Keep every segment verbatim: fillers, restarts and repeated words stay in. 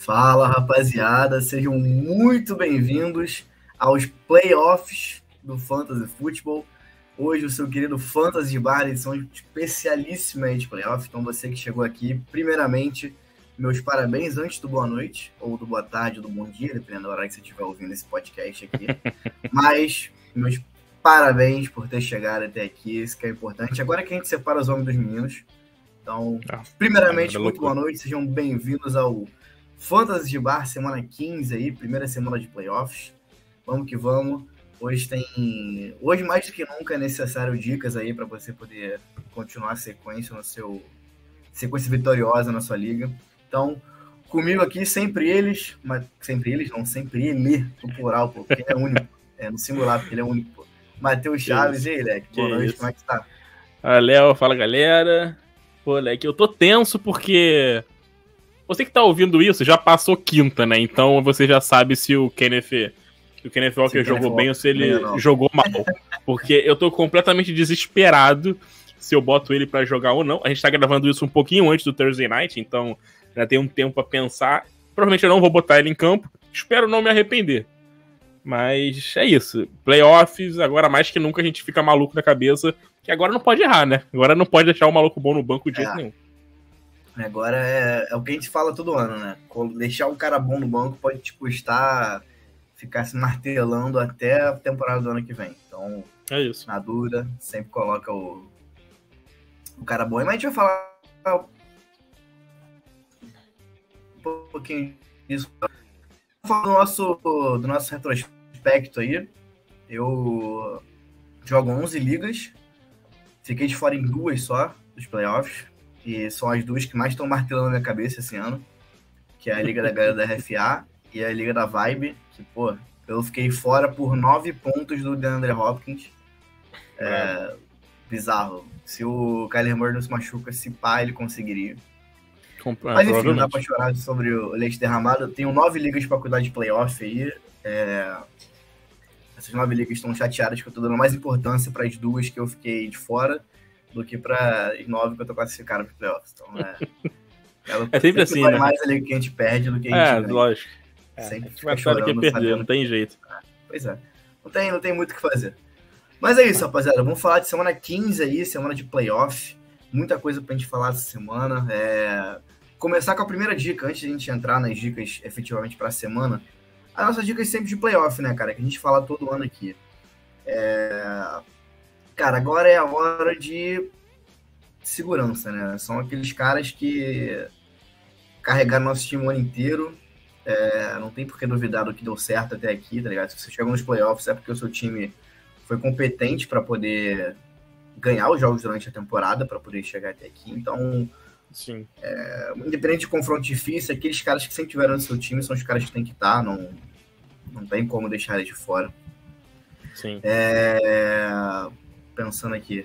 Fala, rapaziada, sejam muito bem-vindos aos playoffs do Fantasy Football. Hoje o seu querido Fantasy Bar, edição especialíssima aí de playoff. Então você que chegou aqui, primeiramente, meus parabéns antes do boa noite, ou do boa tarde, ou do bom dia, dependendo da hora que você estiver ouvindo esse podcast aqui. Mas meus parabéns por ter chegado até aqui, isso que é importante. Agora que a gente separa os homens dos meninos. Então, ah, primeiramente, é muito boa noite, sejam bem-vindos ao Fantasy de Bar, semana quinze aí, primeira semana de playoffs. Vamos que vamos. Hoje tem. Hoje, mais do que nunca, é necessário dicas aí para você poder continuar a sequência no seu. Sequência vitoriosa na sua liga. Então, comigo aqui, sempre eles, mas sempre eles, não, sempre ele, no plural, pô, porque ele é único. É no singular, porque ele é único, pô. Matheus Chaves, e aí, Leque? Boa noite, como é que tá? Ah, Léo, fala galera. Pô, Leque, eu tô tenso porque. Você que tá ouvindo isso já passou quinta, né? Então você já sabe se o Kenneth, se o Kenneth Walker jogou bem ou se ele não. jogou mal. Porque eu tô completamente desesperado se eu boto ele pra jogar ou não. A gente tá gravando isso um pouquinho antes do Thursday Night, então já tem um tempo pra pensar. Provavelmente eu não vou botar ele em campo. Espero não me arrepender. Mas é isso. Playoffs, agora mais que nunca a gente fica maluco na cabeça. Que agora não pode errar, né? Agora não pode deixar o maluco bom no banco de jeito é. nenhum. Agora é, é o que a gente fala todo ano, né? Deixar um cara bom no banco pode te custar ficar se martelando até a temporada do ano que vem. Então, é isso. Na dúvida, sempre coloca o, o cara bom. Mas a gente vai falar um pouquinho disso. Falar do nosso, do nosso retrospecto aí. Eu jogo onze ligas. Fiquei de fora em duas só dos playoffs. E são as duas que mais estão martelando na minha cabeça esse ano, que é a Liga da Galera da R F A e a Liga da Vibe, que, pô, eu fiquei fora por nove pontos do DeAndre Hopkins. É, bizarro. Se o Kyler Murray não se machuca, se pá, ele conseguiria. Compre- Mas enfim, não dá pra chorar sobre o leite derramado. Eu tenho nove ligas pra cuidar de playoff aí. É, essas nove ligas estão chateadas que eu tô dando mais importância para as duas que eu fiquei de fora do que para as nove que eu tô classificado para playoffs. Então, é, é, é sempre assim, vale né? mais a liga que a gente perde do que a gente é, ganha. Lógico. É, sempre vai chorando, que perder, sabendo. Não tem jeito. É, pois é. Não tem, não tem muito o que fazer. Mas é isso, rapaziada. Vamos falar de semana quinze aí, semana de playoff. Muita coisa pra gente falar essa semana. É... Começar com a primeira dica, antes de a gente entrar nas dicas efetivamente pra semana. As nossas dicas sempre de playoff, né, cara? Que a gente fala todo ano aqui. É... Cara, agora é a hora de segurança, né? São aqueles caras que carregaram nosso time o ano inteiro. É, não tem por que duvidar do que deu certo até aqui, tá ligado? Se você chegou nos playoffs é porque o seu time foi competente para poder ganhar os jogos durante a temporada, para poder chegar até aqui. Então, Sim. É, independente de confronto difícil, aqueles caras que sempre tiveram no seu time são os caras que tem que estar, não, não tem como deixar eles de fora. Sim. É... Pensando aqui.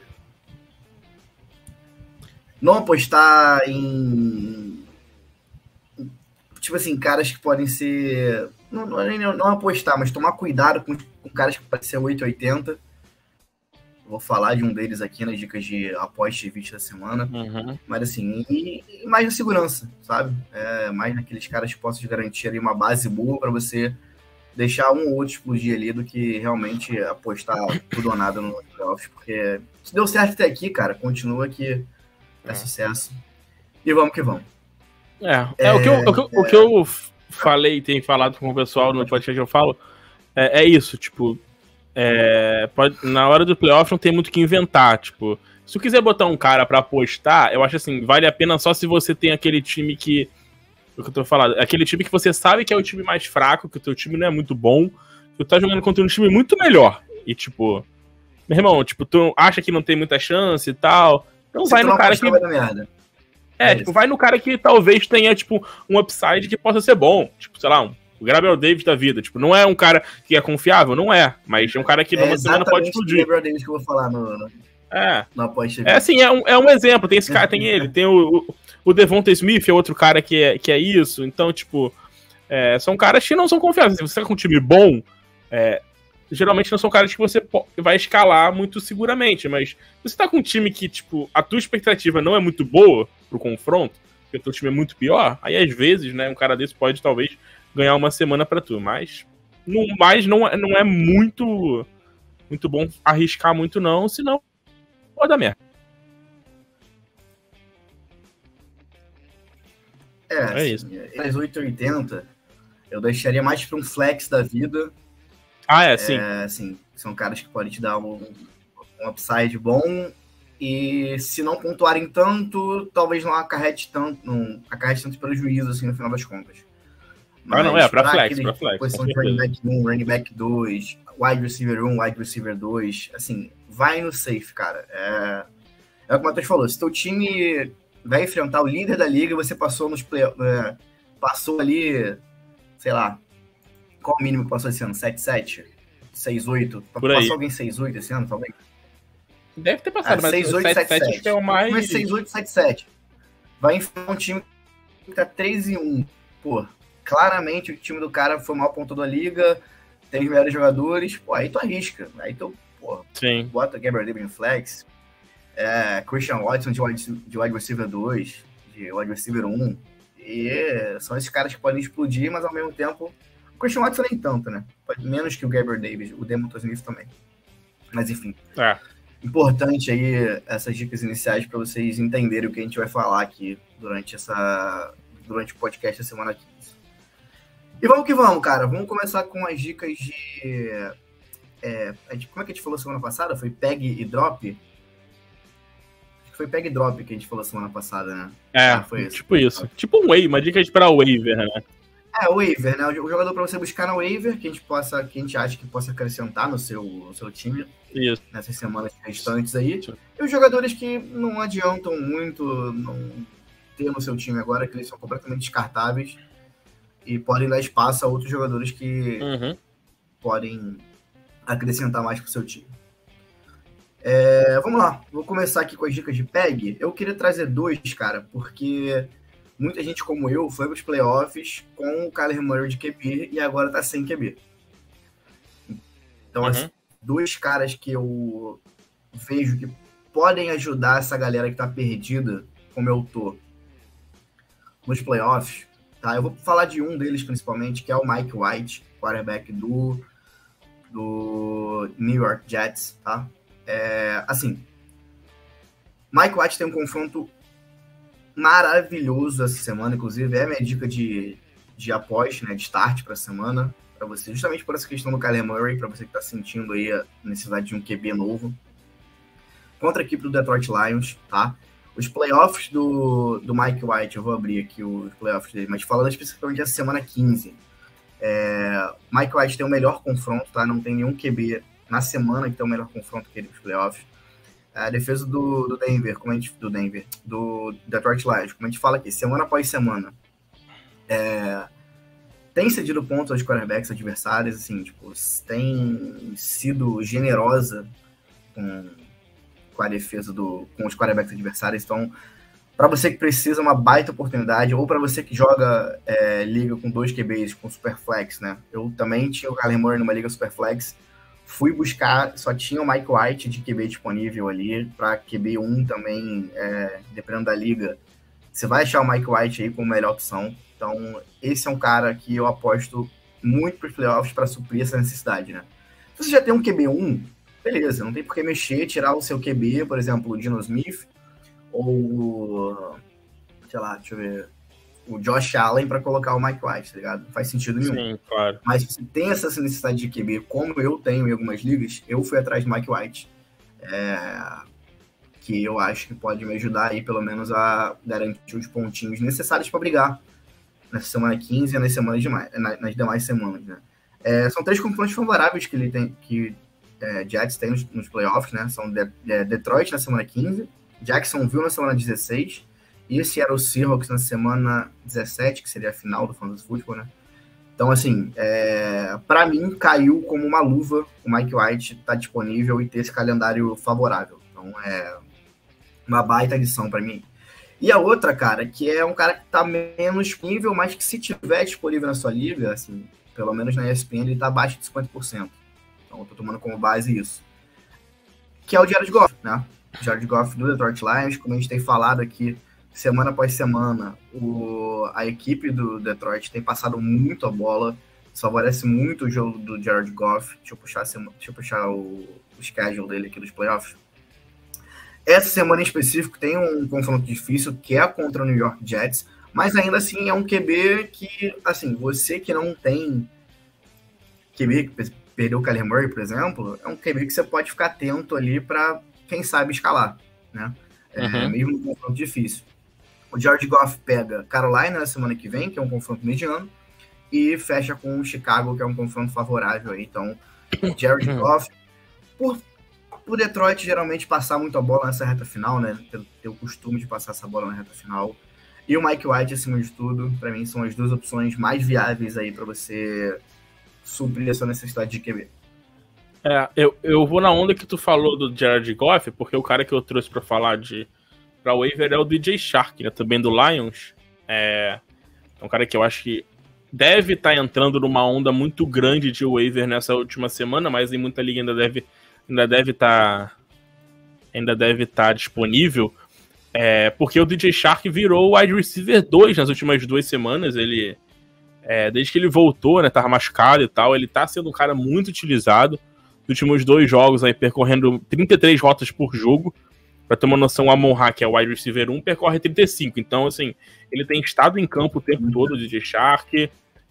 Não apostar em... Tipo assim, caras que podem ser... Não, não, não, não apostar, mas tomar cuidado com, com caras que podem ser oito oitenta. Vou falar de um deles aqui nas dicas de aposta e vídeo da semana. Uhum. Mas assim, e, e mais na segurança, sabe? É, mais naqueles caras que possam te garantir ali uma base boa para você deixar um ou outro explodir ali do que realmente apostar tudo ou nada no playoff, porque se deu certo até aqui, cara, continua que é, é sucesso. E vamos que vamos. É, é, é o, que eu, o, que eu, o que eu falei, tenho falado com o pessoal no podcast que eu falo, é, é isso, tipo, é, pode, na hora do playoff não tem muito o que inventar, tipo, se tu quiser botar um cara pra apostar, eu acho assim, vale a pena só se você tem aquele time que o que eu tô falando, aquele time que você sabe que é o time mais fraco, que o teu time não é muito bom, tu tá jogando contra um time muito melhor. E, tipo, meu irmão, tipo, tu acha que não tem muita chance e tal, então vai no cara que... É, é tipo, vai no cara que talvez tenha, tipo, um upside que possa ser bom. Tipo, sei lá, um, o Gabriel Davis da vida. Tipo, não é um cara que é confiável, não é, mas é um cara que numa é semana pode explodir. É o Gabriel Davis que eu vou falar no... no... É, no aposta. É assim, é um, é um exemplo, tem esse cara, tem ele, tem o... o O Devonta Smith é outro cara que é, que é isso. Então, tipo, é, são caras que não são confiáveis. Se você tá com um time bom, é, geralmente não são caras que você vai escalar muito seguramente. Mas se você tá com um time que, tipo, a tua expectativa não é muito boa pro confronto, porque o teu time é muito pior, aí às vezes, né, um cara desse pode talvez ganhar uma semana pra tu, mas não, mas não, é- não é muito, muito bom arriscar muito não, senão pode dar merda. É, É assim, isso. as oito e oitenta eu deixaria mais para um flex da vida. Ah, é, sim. É, assim, são caras que podem te dar um, um upside bom e se não pontuarem tanto, talvez não acarrete tanto, não acarrete tanto prejuízo assim no final das contas. Mas ah, não, é, pra flex, aquele pra flex, com posição de certeza. running back um, running back dois, wide receiver um, wide receiver dois, assim, vai no safe, cara. É, é o que o Matheus falou, se teu time vai enfrentar o líder da liga, você passou nos play, é, passou ali, sei lá, qual o mínimo que passou esse ano? sete sete? seis oito? Por aí. Passou alguém seis oito esse ano, talvez? Deve ter passado, Ah, mas seis oito, sete sete sete acho que é o mais... Mas seis oito, sete sete. Vai enfrentar um time que tá três e um. Pô, claramente o time do cara foi o maior ponto da liga, tem os melhores jogadores, pô, aí tu arrisca. Aí tu, pô, Sim. bota Gabriel Davis no flex, é, Christian Watson de wide, de wide receiver dois, de wide receiver um, e são esses caras que podem explodir, mas ao mesmo tempo, o Christian Watson nem tanto, né? Menos que o Gabriel Davis, o Demonta Smith também. Mas enfim. É. Importante aí essas dicas iniciais para vocês entenderem o que a gente vai falar aqui durante, essa, durante o podcast da semana quinze. E vamos que vamos, cara. Vamos começar com as dicas de... É, como é que a gente falou semana passada? Foi Peg e Drop? Acho que foi Peg e Drop que a gente falou semana passada, né? É, ah, foi tipo isso. Tipo um waiver, uma dica para waiver, né? É, o waiver, né? O jogador para você buscar na waiver, que a gente possa, que a gente acha que possa acrescentar no seu, no seu time. Isso. Nessas semanas restantes aí. E os jogadores que não adiantam muito não ter no seu time agora, que eles são completamente descartáveis e podem dar espaço a outros jogadores que uhum. podem acrescentar mais pro seu time. É, vamos lá, vou começar aqui com as dicas de P E G. Eu queria trazer dois, cara, porque muita gente como eu foi para os playoffs com o Kyler Murray de Q B e agora tá sem Q B. Então, uhum. assim, dois caras que eu vejo que podem ajudar essa galera que tá perdida, como eu tô, nos playoffs, tá? Eu vou falar de um deles principalmente, que é o Mike White, quarterback do, do New York Jets, tá? É, assim, Mike White tem um confronto maravilhoso essa semana, inclusive é a minha dica de, de após, né, de start para a semana, para você, justamente por essa questão do Kyler Murray, para você que está sentindo aí a necessidade de um Q B novo, contra a equipe do Detroit Lions, tá? Os playoffs do, do Mike White, eu vou abrir aqui os playoffs dele, mas falando especificamente dessa semana quinze, é, Mike White tem o melhor confronto, tá? Não tem nenhum Q B na semana que tem o melhor confronto que ele nos playoffs. A defesa do, do Denver, como a gente, do Denver, do Detroit Lions, como a gente fala aqui, semana após semana, é, tem cedido pontos aos quarterbacks adversários, assim, tipo, tem sido generosa com, com a defesa do, com os quarterbacks adversários. Então, para você que precisa uma baita oportunidade, ou para você que joga é, liga com dois Q Bs, com Superflex, né? Eu também tinha o Kyler Murray numa liga Superflex, fui buscar, só tinha o Mike White de Q B disponível ali, para Q B um também, é, dependendo da liga, você vai achar o Mike White aí como melhor opção. Então, esse é um cara que eu aposto muito para os playoffs para suprir essa necessidade, né? Se você já tem um Q B um, beleza, não tem por que mexer, tirar o seu Q B, por exemplo, o Geno Smith, ou, sei lá, deixa eu ver, o Josh Allen para colocar o Mike White, tá ligado? Não faz sentido nenhum. Sim, claro. Mas se você tem essa necessidade de Q B, como eu tenho em algumas ligas, eu fui atrás de Mike White, é, que eu acho que pode me ajudar aí, pelo menos, a garantir os pontinhos necessários para brigar nessa semana quinze e nas, semanas demais, nas demais semanas, né? É, são três confrontos favoráveis que ele tem, que é, Jets tem nos, nos playoffs, né? São de, de, Detroit na semana quinze, Jacksonville na semana dezesseis, e esse era o Seahawks na semana dezessete, que seria a final do Fantasy Football, né? Então, assim, é, para mim, caiu como uma luva o Mike White tá disponível e ter esse calendário favorável. Então, é uma baita adição para mim. E a outra, cara, que é um cara que tá menos disponível, mas que se tiver disponível na sua liga, assim, pelo menos na E S P N, ele tá abaixo de cinquenta por cento. Então, eu tô tomando como base isso. Que é o Jared Goff, né? Jared Goff do Detroit Lions, como a gente tem falado aqui semana após semana, o, a equipe do Detroit tem passado muito a bola, isso favorece muito o jogo do Jared Goff. Deixa eu puxar, deixa eu puxar o, o schedule dele aqui dos playoffs. Essa semana em específico tem um confronto difícil, que é contra o New York Jets, mas ainda assim é um Q B que, assim, você que não tem Q B, que perdeu o Kyler Murray, por exemplo, é um Q B que você pode ficar atento ali para, quem sabe, escalar, né? É, Uhum. Mesmo um confronto difícil. O Jared Goff pega Carolina na semana que vem, que é um confronto mediano, e fecha com o Chicago, que é um confronto favorável aí. Então, Jared Goff, por, por Detroit geralmente passar muito a bola nessa reta final, né? Ter, ter o costume de passar essa bola na reta final. E o Mike White, acima de tudo, para mim são as duas opções mais viáveis aí para você suprir a sua necessidade de Q B. É, eu, eu vou na onda que tu falou do Jared Goff, porque o cara que eu trouxe pra falar de pra waiver é o D J Shark, né, também do Lions. É, é um cara que eu acho que deve estar tá entrando numa onda muito grande de waiver nessa última semana, mas em muita liga ainda deve ainda deve estar tá, ainda deve estar tá disponível, é, porque o D J Shark virou wide receiver dois nas últimas duas semanas. Ele, é, desde que ele voltou, né, tava machucado e tal, ele tá sendo um cara muito utilizado. Nos últimos dois jogos aí, percorrendo trinta e três rotas por jogo. Pra ter uma noção, o Amon-Ra, que é o wide receiver um, percorre trinta e cinco. Então, assim, ele tem estado em campo o tempo todo, o D J Shark.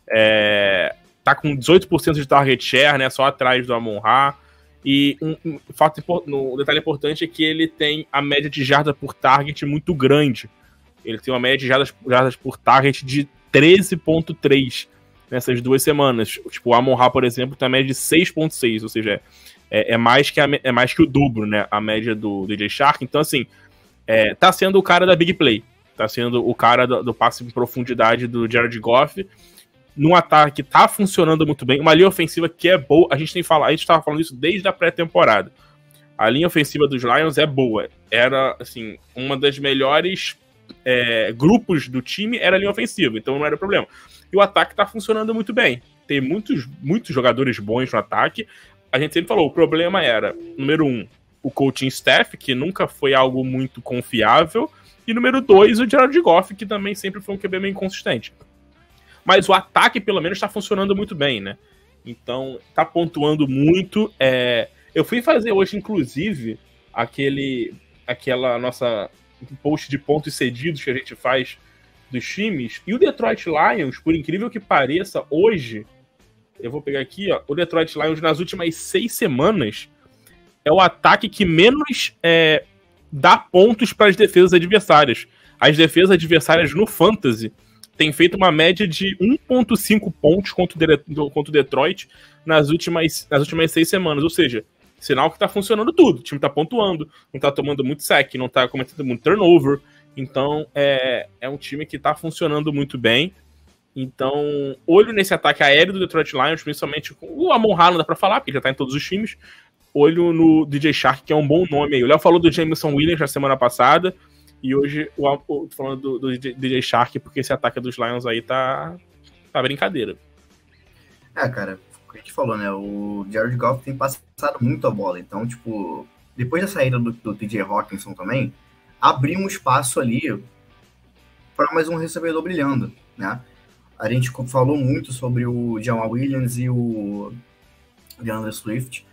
É, tá com dezoito por cento de target share, né? Só atrás do Amon-Ra. E um, um, fato, um detalhe importante é que ele tem a média de jardas por target muito grande. Ele tem uma média de jardas, jardas por target de treze ponto três nessas duas semanas. Tipo, o Amon-Ra, por exemplo, tem a média de seis ponto seis, ou seja, é, é, mais que a, é mais que o dobro, né? A média do D J Shark. Então, assim, é, tá sendo o cara da big play. Tá sendo o cara do, do passe em profundidade do Jared Goff. Num ataque tá funcionando muito bem. Uma linha ofensiva que é boa. A gente tem falado, a gente tava falando isso desde a pré-temporada. A linha ofensiva dos Lions é boa. Era, assim, uma das melhores é, grupos do time era a linha ofensiva. Então não era problema. E o ataque tá funcionando muito bem. Tem muitos, muitos jogadores bons no ataque. A gente sempre falou, o problema era, número um, o coaching staff, que nunca foi algo muito confiável. E número dois, o Jared Goff, que também sempre foi um Q B meio inconsistente. Mas o ataque, pelo menos, tá funcionando muito bem, né? Então, tá pontuando muito. É... Eu fui fazer hoje, inclusive, aquele, aquela nossa post de pontos cedidos que a gente faz dos times, e o Detroit Lions, por incrível que pareça, hoje, eu vou pegar aqui, ó, o Detroit Lions nas últimas seis semanas é o ataque que menos é, dá pontos para as defesas adversárias. As defesas adversárias no Fantasy têm feito uma média de um ponto cinco pontos contra o, contra o Detroit nas últimas, nas últimas seis semanas, ou seja, sinal que tá funcionando tudo, o time tá pontuando, não tá tomando muito sack, não tá cometendo muito turnover. Então, é, é um time que tá funcionando muito bem. Então, olho nesse ataque aéreo do Detroit Lions, principalmente com o Amon-Ra, não dá pra falar, porque já tá em todos os times. Olho no D J Shark, que é um bom nome aí. O Léo falou do Jameson Williams na semana passada, e hoje eu tô falando do, do D J Shark, porque esse ataque dos Lions aí tá, tá brincadeira. É, cara, o que a gente falou, né? O Jared Goff tem passado muito a bola. Então, tipo, depois da saída do, do T J Hawkinson também, abrir um espaço ali para mais um recebedor brilhando, né? A gente falou muito sobre o Jamal Williams e o DeAndre Swift,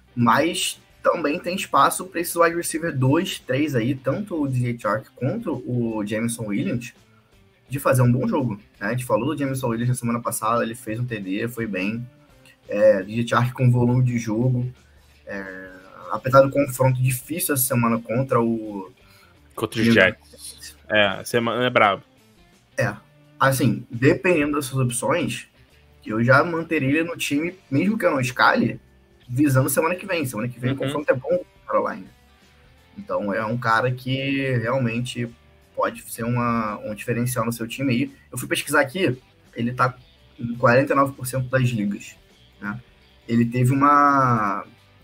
mas também tem espaço para esses wide receiver dois, três aí, tanto o D J Chark quanto o Jameson Williams, de fazer um bom jogo, né? A gente falou do Jameson Williams na semana passada, ele fez um T D, foi bem. É, D J Chark com volume de jogo, é, apesar do confronto difícil essa semana contra o Contra os Jets. É, semana é brabo. É, assim, dependendo dessas opções, eu já manteria ele no time, mesmo que eu não escale, visando semana que vem. Semana que vem uhum. o confronto é bom com o Carolina. Então é um cara que realmente pode ser uma, um diferencial no seu time aí. Eu fui pesquisar aqui, ele tá em quarenta e nove por cento das ligas, né? Ele teve uma,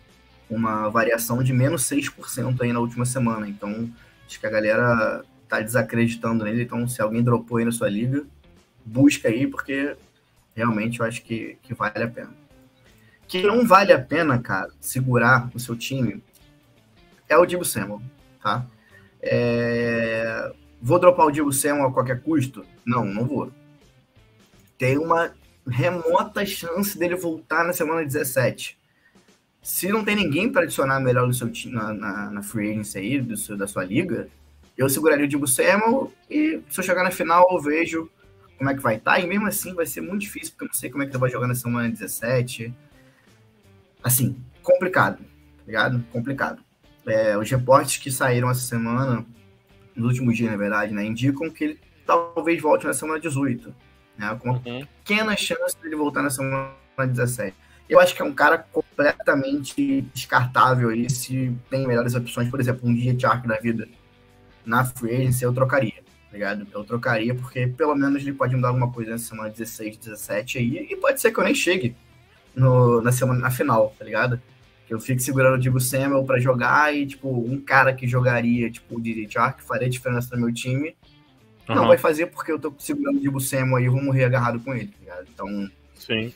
uma variação de menos seis por cento aí na última semana, então acho que a galera tá desacreditando nele, então se alguém dropou aí na sua liga, busca aí, porque realmente eu acho que, que vale a pena. Que não vale a pena, cara, segurar o seu time é o Deebo Samuel, tá? É... Vou dropar o Diego Samuel a qualquer custo? Não, não vou. Tem uma remota chance dele voltar na semana dezessete. Se não tem ninguém para adicionar melhor no seu time, na, na, na free agency aí, do seu, da sua liga, eu seguraria o Diego Samuel e se eu chegar na final eu vejo como é que vai estar. E mesmo assim vai ser muito difícil, porque eu não sei como é que ele vai jogar na semana dezessete. Assim, complicado, tá ligado? Complicado. É, os reportes que saíram essa semana, nos últimos dias, na verdade, né, indicam que ele talvez volte na semana dezoito. Né, com uma uhum. pequena chance de ele voltar na semana dezessete. Eu acho que é um cara completamente descartável aí, se tem melhores opções. Por exemplo, um D J Chark da vida na free agency, eu trocaria, tá ligado? Eu trocaria, porque pelo menos ele pode mudar alguma coisa na semana dezesseis, dezessete aí, e pode ser que eu nem chegue no, na semana, na final, tá ligado? Que eu fique segurando o Diego Samuel pra jogar e, tipo, um cara que jogaria, tipo, o D J Chark, faria diferença no meu time, uhum. não vai fazer porque eu tô segurando o Diego Samuel e eu vou morrer agarrado com ele, tá ligado? Então... Sim.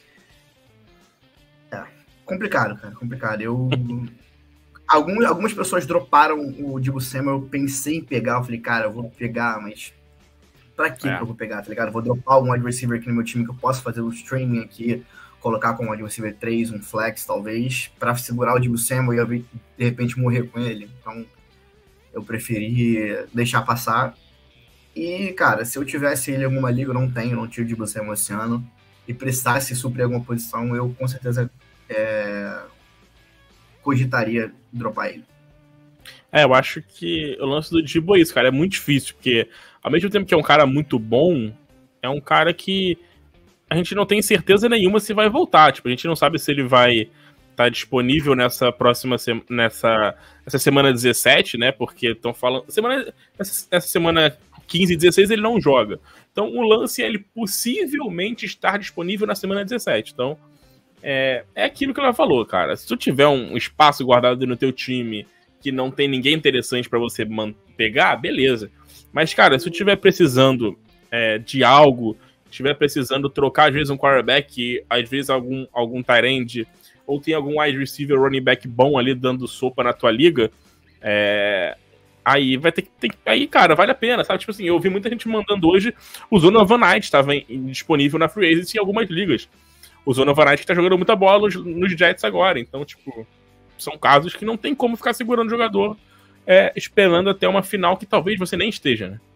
É, complicado, cara, complicado. Eu... Algum, algumas pessoas droparam o Diego Samuel, eu pensei em pegar, eu falei, cara, eu vou pegar, mas pra que é. eu vou pegar, tá ligado? Eu vou dropar um wide receiver aqui no meu time que eu posso fazer o streaming aqui, colocar como wide receiver três, um flex, talvez, pra segurar o Diego Samuel e eu, de repente morrer com ele. Então, eu preferi deixar passar. E, cara, se eu tivesse ele em alguma liga, eu não tenho, não tinha o Diego Samuel esse ano, e precisasse suprir alguma posição, eu com certeza é, cogitaria dropar ele. É, eu acho que o lance do Dibo é isso, cara, é muito difícil, porque ao mesmo tempo que é um cara muito bom, é um cara que a gente não tem certeza nenhuma se vai voltar, tipo, a gente não sabe se ele vai estar tá disponível nessa próxima se... nessa essa semana dezessete, né, porque estão falando, semana... essa, essa semana quinze e dezesseis ele não joga, então o lance é ele possivelmente estar disponível na semana dezessete, então é, é aquilo que ela falou, cara, se tu tiver um espaço guardado no teu time que não tem ninguém interessante pra você pegar, beleza. Mas, cara, se tu estiver precisando é, de algo, estiver precisando trocar, às vezes, um quarterback, às vezes algum, algum tight end, ou tem algum wide receiver running back bom ali dando sopa na tua liga, é, aí vai ter que, ter que... Aí, cara, vale a pena, sabe? Tipo assim, eu ouvi muita gente mandando hoje, o Zonovan Knight estava disponível na Free Agency em algumas ligas. O Zonovan Knight que tá jogando muita bola nos, nos Jets agora, então, tipo... São casos que não tem como ficar segurando o jogador é, esperando até uma final que talvez você nem esteja, né?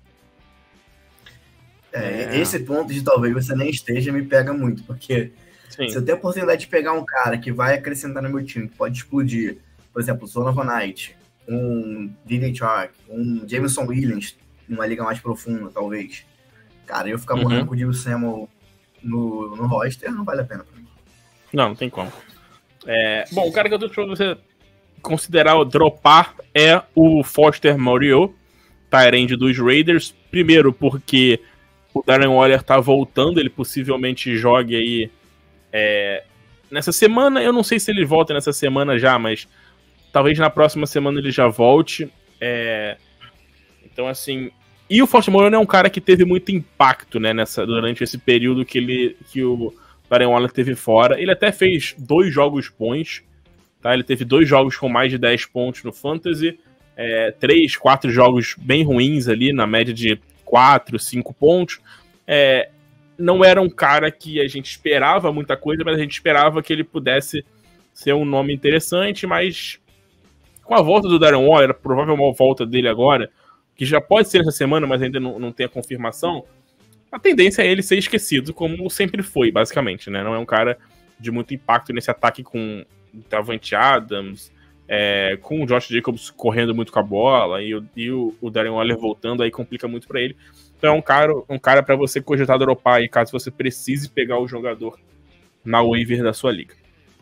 É, é. Esse ponto de talvez você nem esteja me pega muito, porque Sim. se eu tenho a oportunidade de pegar um cara que vai acrescentar no meu time, que pode explodir, por exemplo, o Zonovan Knight, um D J Chark, um Jameson Williams, numa liga mais profunda, talvez. Cara, eu ficar uhum. morrendo com o Diego Samuel no, no roster não vale a pena pra mim. Não, não tem como. É, bom, o cara que eu tô pra você considerar dropar é o Foster Moreau, tight end dos Raiders. Primeiro porque o Darren Waller tá voltando, ele possivelmente jogue aí é, nessa semana. Eu não sei se ele volta nessa semana já, mas talvez na próxima semana ele já volte. É, então, assim... E o Foster Moreau é um cara que teve muito impacto, né, nessa, durante esse período que, ele, que o... Darren Waller teve fora. Ele até fez dois jogos bons, tá? Ele teve dois jogos com mais de dez pontos no Fantasy, é, três, quatro jogos bem ruins ali, na média de quatro, cinco pontos. É, não era um cara que a gente esperava muita coisa, mas a gente esperava que ele pudesse ser um nome interessante, mas com a volta do Darren Waller, a provável volta dele agora, que já pode ser essa semana, mas ainda não, não tem a confirmação, a tendência é ele ser esquecido, como sempre foi, basicamente, né? Não é um cara de muito impacto nesse ataque com Davante Adams, é, com o Josh Jacobs correndo muito com a bola, e, o, e o, o Darren Waller voltando, aí complica muito pra ele. Então é um cara, um cara pra você cogitar dropar aí, caso você precise pegar o jogador na waiver da sua liga.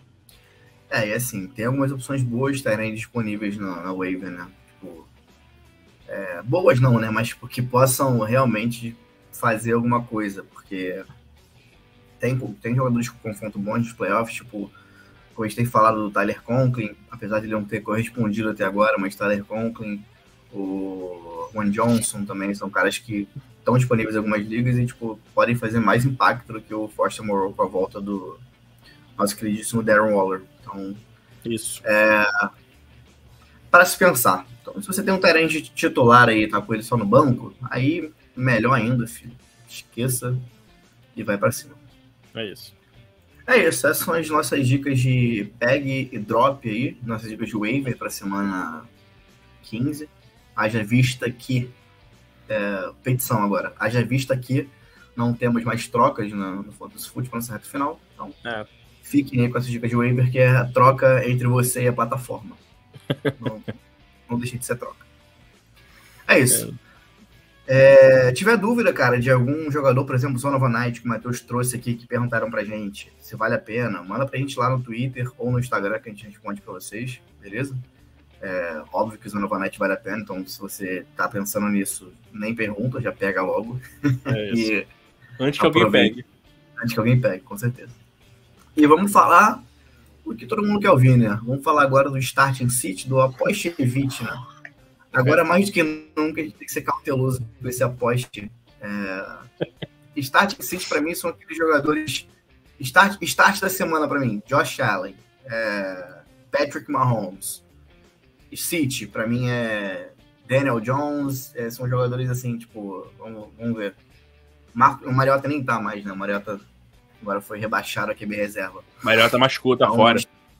É, e assim, tem algumas opções boas estarem disponíveis na, na waiver, né? Tipo, é, boas não, né? Mas tipo, que possam realmente fazer alguma coisa, porque tem, tem jogadores com confronto bom nos playoffs, tipo, como a gente tem falado do Tyler Conklin, apesar de ele não ter correspondido até agora, mas Tyler Conklin, o Juan Johnson também, são caras que estão disponíveis em algumas ligas e, tipo, podem fazer mais impacto do que o Foster Moreau com a volta do nosso queridíssimo Darren Waller. Então, isso. É, para se pensar. Então, se você tem um terreno de titular aí, tá com ele só no banco, aí melhor ainda, filho. Esqueça e vai pra cima. É isso. É isso, essas são as nossas dicas de peg e drop aí, nossas dicas de waiver pra semana quinze. Haja vista que, é, petição agora, haja vista que não temos mais trocas no, no Fantasy Football nessa reta final, então É. fiquem aí com essas dicas de waiver, que é a troca entre você e a plataforma. não, não deixe de ser troca. É isso. É, tiver dúvida, cara, de algum jogador, por exemplo, Zona of a Night, que o Matheus trouxe aqui, que perguntaram pra gente se vale a pena, manda pra gente lá no Twitter ou no Instagram, que a gente responde pra vocês, beleza? É, óbvio que Zona of a Night vale a pena, então se você tá pensando nisso, nem pergunta, já pega logo. É isso. e Antes que alguém pegue. Antes que alguém pegue, com certeza. E vamos falar o que todo mundo quer ouvir, né? Vamos falar agora do Starting City, do Aposte Evite, né? Agora, mais do que nunca, a gente tem que ser cauteloso com esse aposte. É... Starting City, pra mim, são aqueles jogadores... Start, start da semana, pra mim. Josh Allen, é... Patrick Mahomes. City, pra mim, é Daniel Jones. É... São jogadores, assim, tipo... Vamos, vamos ver. Mar... O Mariota nem tá mais, né? O Mariota agora foi rebaixado a Q B reserva. Mariota machucou, tá então, fora.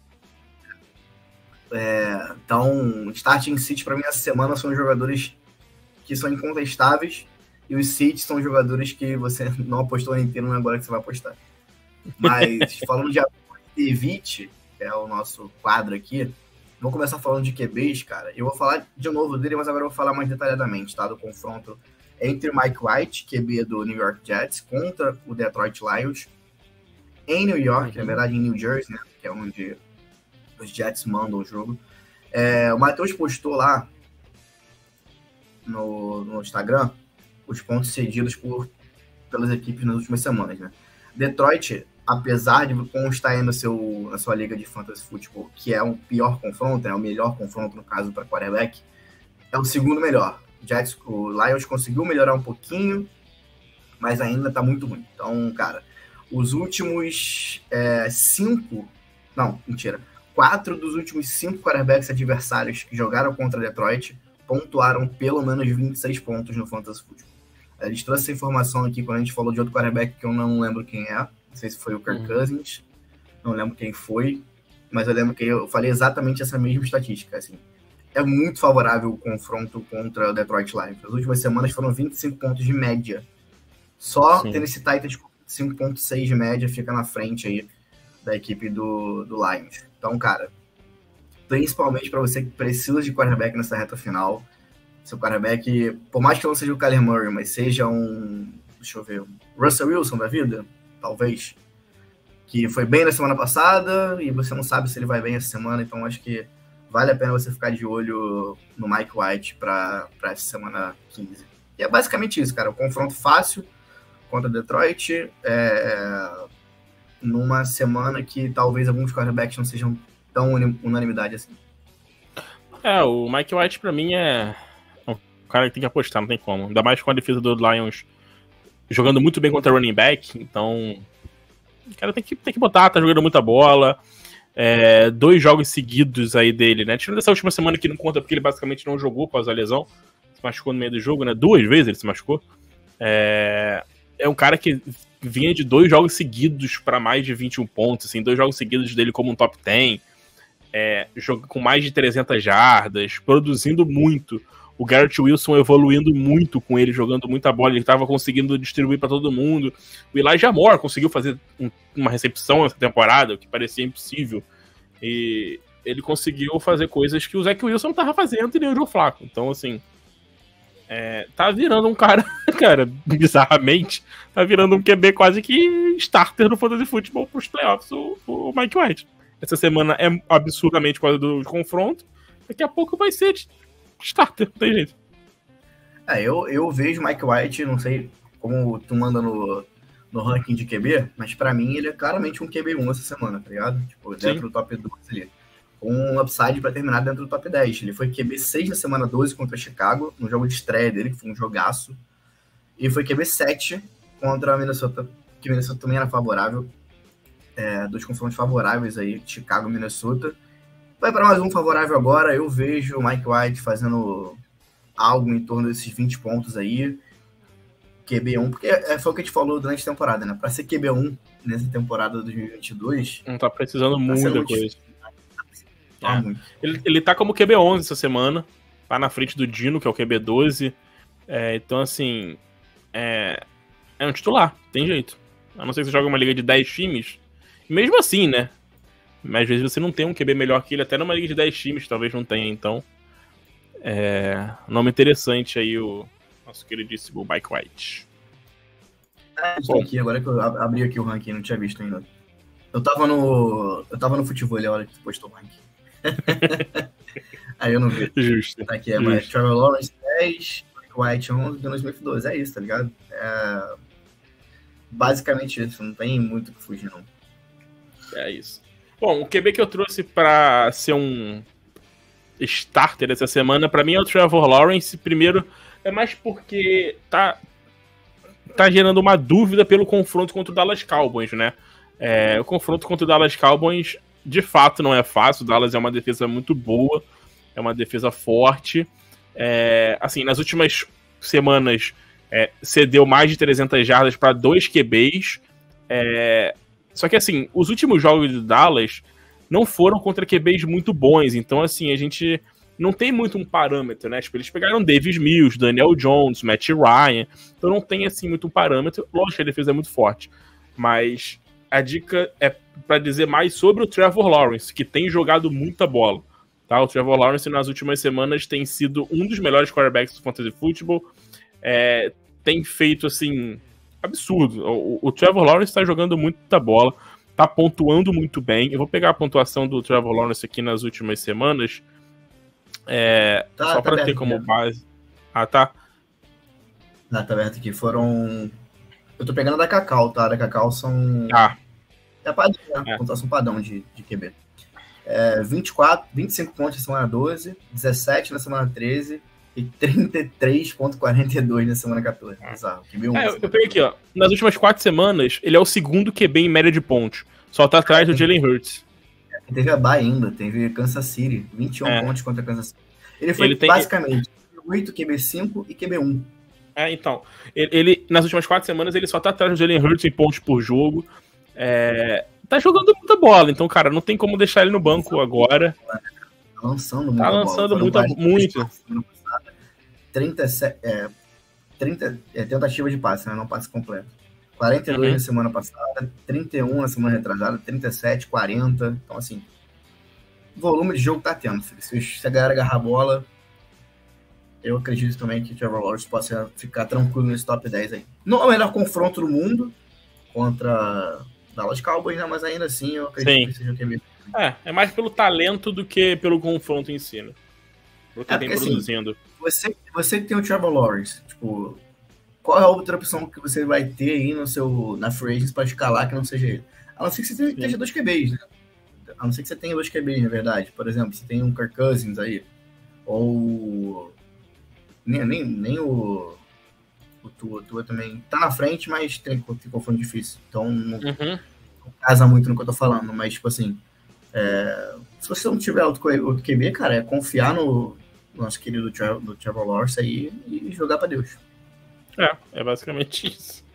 É, então, Starting City pra mim essa semana são jogadores que são incontestáveis e os City são jogadores que você não apostou inteiro, não é agora que você vai apostar. Mas falando de Evite, que é o nosso quadro aqui, vou começar falando de Q Bs, cara. Eu vou falar de novo dele, mas agora eu vou falar mais detalhadamente, tá? Do confronto entre Mike White, Q B do New York Jets, contra o Detroit Lions, em New York, uhum. na verdade em New Jersey, né? Que é onde os Jets mandam o jogo. É, o Matheus postou lá no, no Instagram os pontos cedidos por, pelas equipes nas últimas semanas, né? Detroit, apesar de constar aí no seu, na sua liga de fantasy football, que é um pior confronto, é o melhor confronto, no caso, para quarterback, é o segundo melhor. Jets, o Lions conseguiu melhorar um pouquinho, mas ainda tá muito ruim. Então, cara, os últimos é, cinco... Não, mentira. Quatro dos últimos cinco quarterbacks adversários que jogaram contra Detroit pontuaram pelo menos vinte e seis pontos no Fantasy Football. A gente trouxe essa informação aqui quando a gente falou de outro quarterback que eu não lembro quem é. Não sei se foi o Kirk uhum. Cousins. Não lembro quem foi. Mas eu lembro que eu falei exatamente essa mesma estatística. Assim. É muito favorável o confronto contra o Detroit Lions. As últimas semanas foram vinte e cinco pontos de média. Só Sim. Tennessee Titans com cinco vírgula seis de média fica na frente aí da equipe do, do Lions. Então, cara, principalmente para você que precisa de quarterback nessa reta final, seu quarterback, por mais que não seja o Kyler Murray, mas seja um, deixa eu ver, um Russell Wilson da vida, talvez, que foi bem na semana passada e você não sabe se ele vai bem essa semana, então acho que vale a pena você ficar de olho no Mike White para essa semana quinze. E é basicamente isso, cara, um confronto fácil contra Detroit, é... numa semana que talvez alguns quarterbacks não sejam tão unanimidade assim. É, o Mike White pra mim é um cara que tem que apostar, não tem como. Ainda mais com a defesa do Lions jogando muito bem contra running back, então o cara tem que, tem que botar, tá jogando muita bola. É, dois jogos seguidos aí dele, né? Tirando essa última semana que não conta porque ele basicamente não jogou após a lesão, se machucou no meio do jogo, né? Duas vezes ele se machucou. É, é um cara que vinha de dois jogos seguidos para mais de vinte e um pontos, assim, dois jogos seguidos dele como um top dez, é, jogo com mais de trezentas jardas, produzindo muito. O Garrett Wilson evoluindo muito com ele, jogando muita bola, ele estava conseguindo distribuir para todo mundo. O Elijah Moore conseguiu fazer um, uma recepção essa temporada, o que parecia impossível. E ele conseguiu fazer coisas que o Zach Wilson não estava fazendo e nem o Joe Flacco. Então, assim, é, tá virando um cara, cara, bizarramente, tá virando um Q B quase que starter no Fantasy Football pros playoffs, o, o Mike White. Essa semana é absurdamente por causa do confronto, daqui a pouco vai ser starter, não tem jeito. É, eu, eu vejo Mike White, não sei como tu manda no, no ranking de Q B, mas pra mim ele é claramente um Q B um essa semana, tá ligado? Tipo, dentro Sim. do top doze ali. Com um upside pra terminar dentro do top dez. Ele foi Q B seis na semana doze contra Chicago, no jogo de estreia dele, que foi um jogaço. E foi Q B sete contra a Minnesota, que Minnesota também era favorável. É, dos confrontos favoráveis aí, Chicago e Minnesota. Vai para mais um favorável agora. Eu vejo o Mike White fazendo algo em torno desses vinte pontos aí. Q B um, porque é, foi o que a gente falou durante a temporada, né? Para ser Q B um nessa temporada de dois mil e vinte e dois... Não tá precisando tá muita coisa. Tá É. muito. Ele, ele tá como Q B onze essa semana. Tá na frente do Dino, que é o Q B doze. É, então, assim... É, é um titular, tem jeito. A não ser que você jogue uma liga de dez times. Mesmo assim, né? Mas às vezes você não tem um Q B melhor que ele. Até numa liga de dez times, talvez não tenha. Então, é... nome interessante aí, o nosso queridíssimo Mike White. Ah, aqui, agora que eu abri aqui o ranking, não tinha visto ainda. Eu tava no. Eu tava no futebol a hora que tu postou o ranking. Aí eu não vi. Justo. Tá aqui, é mais Trevor Lawrence dez, Mike White onze, Daniel Smith doze. É isso, tá ligado? É basicamente isso, não tem muito o que fugir, não. É isso. Bom, o Q B que eu trouxe pra ser um starter essa semana, pra mim é o Trevor Lawrence. Primeiro, é mais porque tá, tá gerando uma dúvida pelo confronto contra o Dallas Cowboys, né? É, o confronto contra o Dallas Cowboys, de fato, não é fácil. O Dallas é uma defesa muito boa, é uma defesa forte. É, assim, nas últimas semanas, é, cedeu mais de trezentas jardas para dois Q Bs. É, só que, assim, os últimos jogos do Dallas não foram contra Q Bs muito bons. Então, assim, a gente não tem muito um parâmetro, né? Tipo, eles pegaram Davis Mills, Daniel Jones, Matt Ryan. Então, não tem, assim, muito um parâmetro. Lógico que a defesa é muito forte. Mas a dica é para dizer mais sobre o Trevor Lawrence, que tem jogado muita bola. Tá? O Trevor Lawrence, nas últimas semanas, tem sido um dos melhores quarterbacks do Fantasy Football. É, tem feito, assim, absurdo. O, o Trevor Lawrence está jogando muita bola, tá pontuando muito bem. Eu vou pegar a pontuação do Trevor Lawrence aqui nas últimas semanas, é, Tá, só tá para ter aberto como aqui. base. Ah, tá? Ah, tá aberto aqui. Foram. Eu tô pegando da Cacau, tá? Da Cacau são. Ah, É padrão, né? É. Pontuação padrão de, de Q B. É, vinte e quatro, vinte e cinco pontos na semana doze, dezessete na semana treze e trinta e três vírgula quarenta e dois na semana quatorze. Exato. Q B um. é, eu, eu peguei aqui, ó. Nas últimas quatro semanas, ele é o segundo Q B em média de pontos. Só tá atrás do Jalen Hurts. Teve a Bahia ainda, teve Kansas City, vinte e um É. pontos contra Kansas City. Ele foi Ele tem- basicamente oito Q B cinco e Q B um. É, então. Ele, ele, nas últimas quatro semanas, ele só tá atrás do Jalen Hurts em pontos por jogo. É, tá jogando muita bola, então, cara, não tem como deixar ele no banco agora. Tá lançando muita Tá bola. lançando Foram muita, mais de muito. passes na semana passada. trinta, é, trinta é, tentativas de passe, né? Não passe completo. quarenta e dois Uhum. na semana passada, trinta e um na semana retrasada, trinta e sete, quarenta. Então, assim, volume de jogo tá tendo, filho. Se, se a galera agarrar a bola, eu acredito também que o Trevor Lawrence possa ficar tranquilo nesse top dez aí. Não é o melhor confronto do mundo contra Dallas Cowboys, né? Mas ainda assim eu acredito Sim. que seja o Q B. É, é mais pelo talento do que pelo confronto em si, né? Pelo que É tem porque, assim, produzindo. Você, você que tem o Trevor Lawrence, tipo, qual é a outra opção que você vai ter aí no seu, na free agents para escalar que não seja ele? A não ser que você tenha, tenha dois Q Bs, né? A não ser que você tenha dois Q Bs, na verdade. Por exemplo, você tem um Kirk Cousins aí, ou nem, nem, nem o o Tua, o Tua também tá na frente, mas tem, tem confronto difícil. Então não, Uhum. não casa muito no que eu tô falando, mas tipo assim, é, se você não tiver outro, outro Q B, cara, é confiar no nosso querido Trevor, do Trevor Lawrence aí e jogar pra Deus. É, é basicamente isso.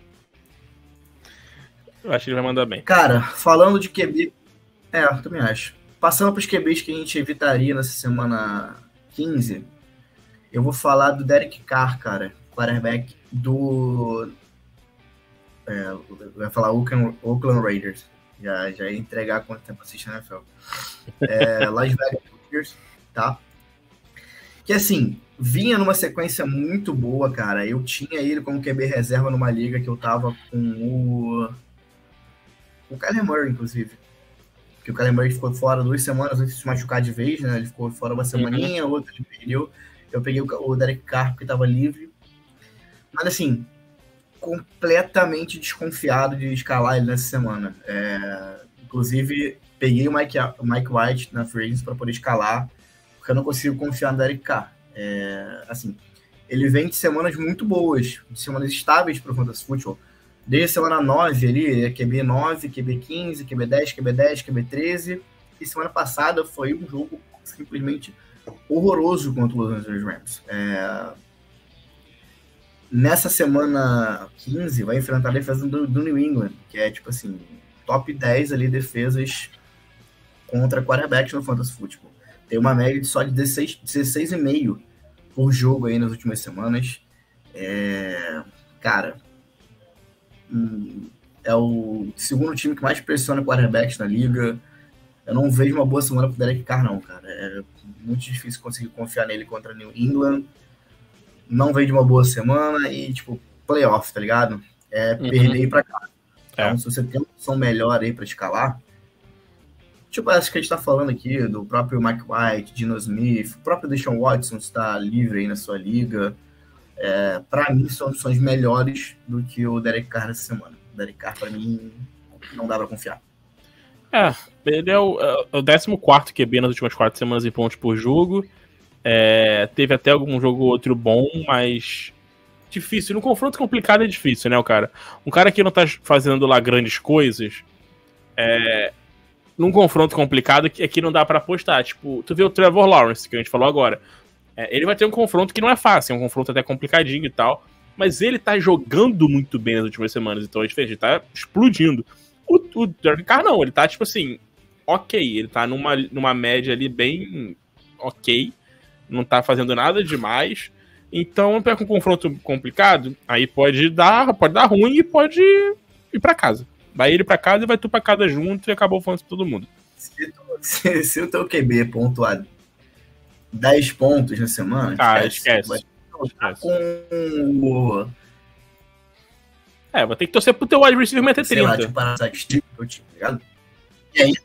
Eu acho que ele vai mandar bem. Cara, falando de Q B, é, eu também acho. Passando pros Q Bs que a gente evitaria nessa semana quinze, eu vou falar do Derek Carr, cara, quarterback do... É, eu ia falar Oakland, Oakland Raiders. Já, já ia entregar quanto tempo assiste a N F L. É, Las Vegas Raiders, tá? Que assim, vinha numa sequência muito boa, cara. Eu tinha ele como Q B reserva numa liga que eu tava com o... O Kyler Murray, inclusive. Porque o Kyler Murray ficou fora duas semanas antes de se machucar de vez, né? Ele ficou fora uma semaninha, uhum. outra ele perdeu. Eu peguei o Derek Carr porque estava livre. Mas assim, completamente desconfiado de escalar ele nessa semana. É, inclusive, peguei o Mike, o Mike White na free agency para poder escalar, porque eu não consigo confiar no Derek Carr. É, assim, ele vem de semanas muito boas, de semanas estáveis para o Fantasy Football. Desde a semana nove ali, é Q B nove, Q B quinze, Q B dez, Q B dez, Q B treze. E semana passada foi um jogo simplesmente horroroso contra o Los Angeles Rams. É... Nessa semana quinze, vai enfrentar a defesa do, do New England, que é, tipo assim, top dez ali defesas contra quarterbacks no Fantasy Football. Tem uma média de só de dezesseis, dezesseis e meio por jogo aí nas últimas semanas. É... Cara, é o segundo time que mais pressiona quarterbacks na liga. Eu não vejo uma boa semana pro Derek Carr, não, cara. É muito difícil conseguir confiar nele contra New England. Não vejo uma boa semana e, tipo, playoff, tá ligado? É Uhum. perder e ir pra casa. Então, É. se você tem uma opção melhor aí pra escalar, tipo, acho que a gente tá falando aqui do próprio Mike White, Geno Smith, o próprio Deshaun Watson está livre aí na sua liga. É, pra mim, são opções melhores do que o Derek Carr nessa semana. O Derek Carr, pra mim, não dá pra confiar. É, ele é o, é o décimo quarto Q B nas últimas quatro semanas em pontos por jogo. É, teve até algum jogo ou outro bom, mas difícil. No confronto complicado é difícil, né, o cara? Um cara que não tá fazendo lá grandes coisas, é, num confronto complicado é que não dá pra apostar. Tipo, tu vê o Trevor Lawrence, que a gente falou agora. É, ele vai ter um confronto que não é fácil, é um confronto até complicadinho e tal, mas ele tá jogando muito bem nas últimas semanas, então é diferente, ele tá explodindo. O, o Derek Carr não, ele tá tipo assim, ok, ele tá numa, numa média ali bem ok, não tá fazendo nada demais, então pega um confronto complicado, aí pode dar, pode dar ruim e pode ir pra casa. Vai ele pra casa e vai tu pra casa junto e acabou falando pra todo mundo. Se, tu, se, se o teu Q B pontuar dez pontos na semana, Ah, esquece. esquece. Vai com o... É, vai ter que torcer pro teu wide receiver meter sei trinta. lá, tipo, para estatística, tá ligado? E ainda,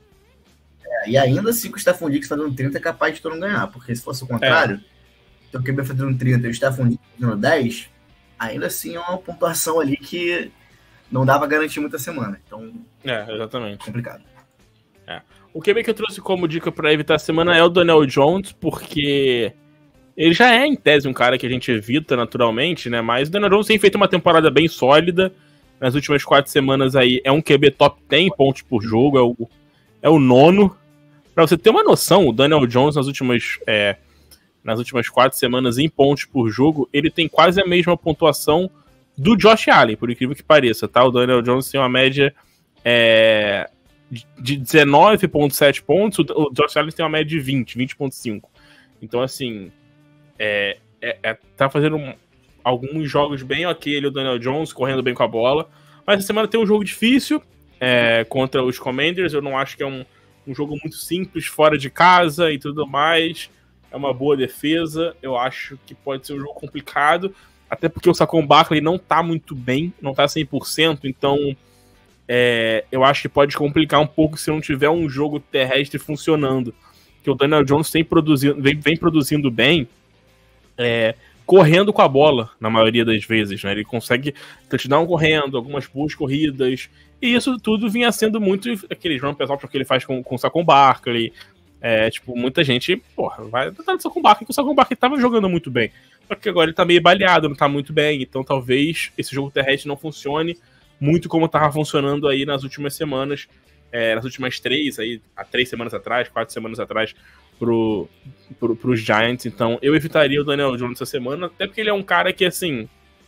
é, e ainda assim que o Stephon Diggs fazendo trinta é capaz de tu não ganhar, porque se fosse o contrário, é. teu Q B fazendo trinta e o Stephon Diggs fazendo dez, ainda assim é uma pontuação ali que não dava garantir muita semana. Então, é, exatamente. Complicado. É. O Q B que eu trouxe como dica pra evitar a semana é o Daniel Jones, porque ele já é, em tese, um cara que a gente evita naturalmente, né? Mas o Daniel Jones tem feito uma temporada bem sólida. Nas últimas quatro semanas aí, é um Q B top dez pontos por jogo, é o, é o nono. Pra você ter uma noção, o Daniel Jones nas últimas, é, nas últimas quatro semanas em pontos por jogo, ele tem quase a mesma pontuação do Josh Allen, por incrível que pareça, tá? O Daniel Jones tem uma média é, de dezenove vírgula sete pontos, o Josh Allen tem uma média de vinte, vinte vírgula cinco. Então, assim, é, é, é, tá fazendo um, alguns jogos bem ok, ele, o Daniel Jones, correndo bem com a bola. Mas essa semana tem um jogo difícil é, contra os Commanders. Eu não acho que é um, um jogo muito simples, fora de casa e tudo mais. É uma boa defesa. Eu acho que pode ser um jogo complicado, até porque o Saquon Barkley não tá muito bem, não tá cem por cento, então é, eu acho que pode complicar um pouco se não tiver um jogo terrestre funcionando. Que o Daniel Jones tem produzido, vem, vem produzindo bem, é, correndo com a bola, na maioria das vezes, né? Ele consegue touchdown correndo, algumas boas corridas, e isso tudo vinha sendo muito aquele run pessoal que ele faz com, com o Saquon Barkley. É, tipo, muita gente, porra, vai tentar no Saquon Barkley, que o Saquon Barkley tava jogando muito bem. Só que agora ele tá meio baleado, não tá muito bem, então talvez esse jogo terrestre não funcione muito como tava funcionando aí nas últimas semanas, é, nas últimas três, aí, há três semanas atrás, quatro semanas atrás, pro, pro, pros Giants. Então eu evitaria o Daniel Jones essa semana, até porque ele é um cara que, assim,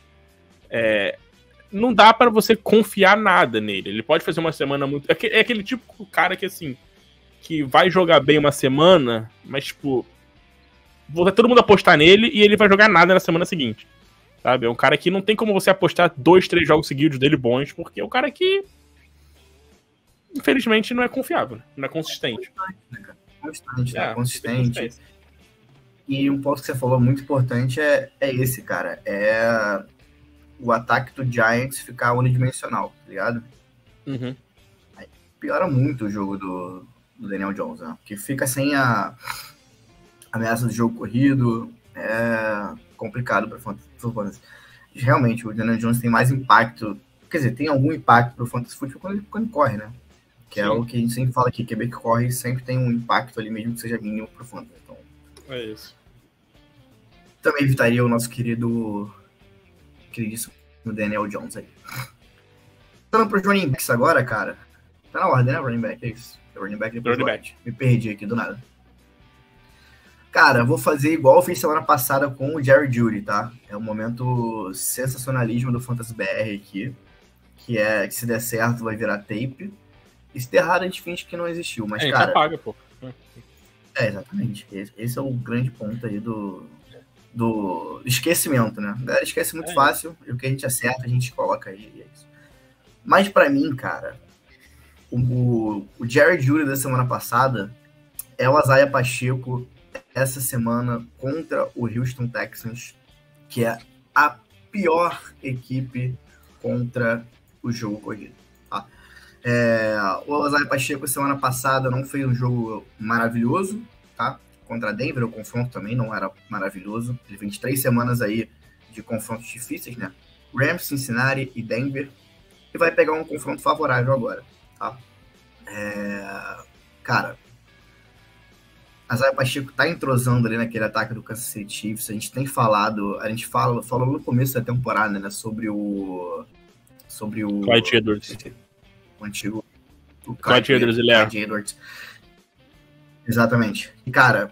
é, não dá pra você confiar nada nele. Ele pode fazer uma semana muito... É aquele, é aquele tipo de cara que, assim, que vai jogar bem uma semana, mas, tipo, vai todo mundo apostar nele e ele vai jogar nada na semana seguinte, sabe? É um cara que não tem como você apostar dois, três jogos seguidos dele bons, porque é um cara que, infelizmente, não é confiável, não é consistente. Constante, é, né? Consistente. E um ponto que você falou muito importante é, é esse, cara. É o ataque do Giants ficar unidimensional, tá ligado? Uhum. Aí piora muito o jogo do, do Daniel Jones, né? Porque fica sem a ameaça do jogo corrido, é complicado para o Fantasy. Realmente, o Daniel Jones tem mais impacto, quer dizer, tem algum impacto para o Fantasy Football quando ele, quando ele corre, né? Que Sim. é o que a gente sempre fala aqui, que Q B que corre sempre tem um impacto ali, mesmo que seja mínimo para o Fantasy. Então, é isso. Também evitaria o nosso querido queridíssimo Daniel Jones aí. Falando para os running backs agora, cara, Tá na ordem, né? Running back, é isso. Running back depois running back. Me perdi aqui do nada. Cara, vou fazer igual eu fiz semana passada com o Jerry Jeudy, tá? É um momento sensacionalismo do Fantasy B R aqui, que é que se der certo vai virar tape, e se der errado a gente finge que não existiu, mas é, cara... apaga, pô. É, exatamente. Esse é o grande ponto aí do, do esquecimento, né? A galera esquece muito é fácil, e o que a gente acerta a gente coloca aí, e é isso. Mas pra mim, cara, o, o Jerry Jeudy da semana passada é o Isaiah Pacheco essa semana contra o Houston Texans, que é a pior equipe contra o jogo corrido. Tá? É, o Isaiah Pacheco semana passada não fez um jogo maravilhoso, tá? Contra a Denver, o confronto também não era maravilhoso. Ele vem de três semanas aí de confrontos difíceis, né? Rams, Cincinnati e Denver. E vai pegar um confronto favorável agora, tá? É, cara, Isaiah Pacheco tá entrosando ali naquele ataque do Kansas City Chiefs. A gente tem falado, a gente fala, falou no começo da temporada, né, sobre o sobre o Clyde Edwards. O antigo o Clyde Edwards, ele é. Edwards. Exatamente. E cara,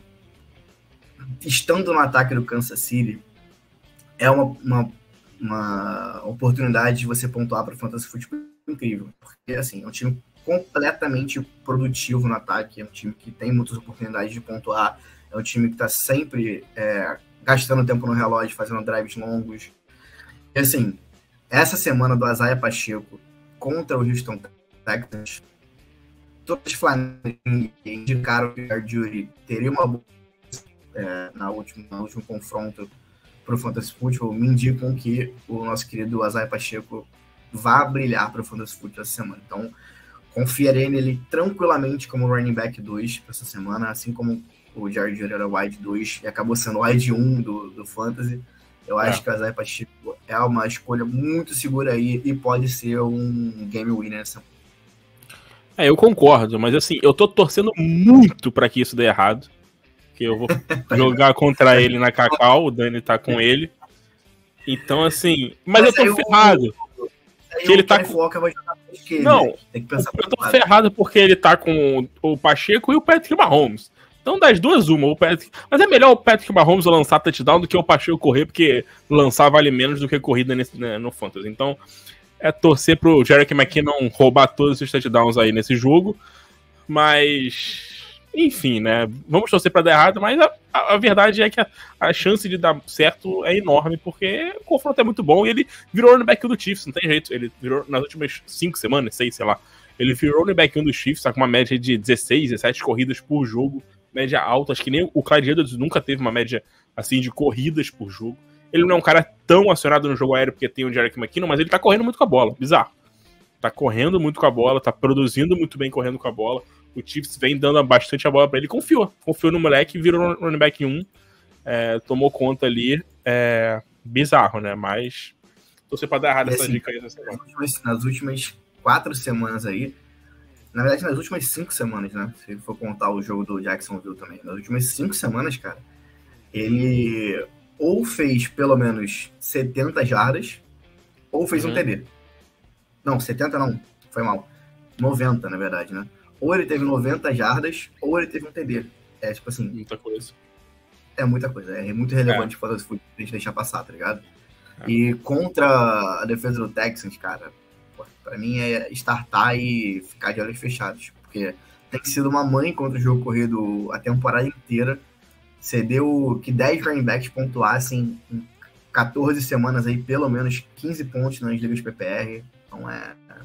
estando no ataque do Kansas City é uma, uma, uma oportunidade de você pontuar para o Fantasy Football incrível, porque assim, é um time completamente produtivo no ataque, é um time que tem muitas oportunidades de pontuar, é um time que está sempre é, gastando tempo no relógio, fazendo drives longos. E assim, essa semana do Isaiah Pacheco contra o Houston Texans, todos os Flamengo indicaram que o Jerry Jeudy teria uma boa é, na última, no último confronto para o Fantasy Football, me indicam que o nosso querido Isaiah Pacheco vai brilhar para o Fantasy Football essa semana. Então, confiarei nele tranquilamente como running back dois para essa semana, assim como o Jerry Jeudy era wide dois e acabou sendo wide um do, do Fantasy. Eu é. acho que o Isaiah Pacheco é uma escolha muito segura aí e pode ser um game winner nessa. É, eu concordo, mas assim, eu tô torcendo muito para que isso dê errado, que eu vou jogar contra ele na Cacau, o Dani tá com ele. Então, assim, mas, mas eu tô ferrado. Eu... Que ele tá com... vai jogar com esquerda, não, né? Tem que pensar eu tô ferrado porque ele tá com o Pacheco e o Patrick Mahomes. Então, das duas, uma. O Patrick... Mas é melhor o Patrick Mahomes lançar touchdown do que o Pacheco correr, porque lançar vale menos do que corrida nesse, né, no Fantasy. Então, é torcer pro Jerick McKinnon roubar todos esses touchdowns aí nesse jogo. Mas... Enfim, né? Vamos torcer pra dar errado, mas a, a, a verdade é que a, a chance de dar certo é enorme, porque o confronto é muito bom e ele virou running back um do Chiefs, não tem jeito. Ele virou nas últimas cinco semanas, seis, sei lá. Ele virou running back um do Chiefs, tá com uma média de dezesseis, dezessete corridas por jogo, média alta. Acho que nem o Clyde Edwards nunca teve uma média assim de corridas por jogo. Ele não é um cara tão acionado no jogo aéreo porque tem o Jerick McKinnon, mas ele tá correndo muito com a bola, bizarro. Tá correndo muito com a bola, tá produzindo muito bem correndo com a bola. O Chiefs vem dando bastante a bola pra ele. Confiou. Confiou no moleque, virou running back um. É, tomou conta ali. É, bizarro, né? Mas torcer pra dar errado essa assim, dica aí. Nas últimas, nas últimas quatro semanas aí, na verdade nas últimas cinco semanas, né? Se for contar o jogo do Jacksonville também. Nas últimas cinco semanas, cara, ele ou fez pelo menos setenta jardas ou fez uhum. um T D. Não, setenta não. Foi mal. noventa, na verdade, né? Ou ele teve noventa jardas, ou ele teve um T D. É tipo assim... Muita coisa. É muita coisa. É muito relevante é. para a gente deixar passar, tá ligado? É. E contra a defesa do Texans, cara, pô, pra mim é startar e ficar de olhos fechados. Porque tem sido uma mãe contra o jogo corrido a temporada inteira. Você deu que dez running backs pontuassem em catorze semanas aí, pelo menos quinze pontos nas ligas P P R. Então é... A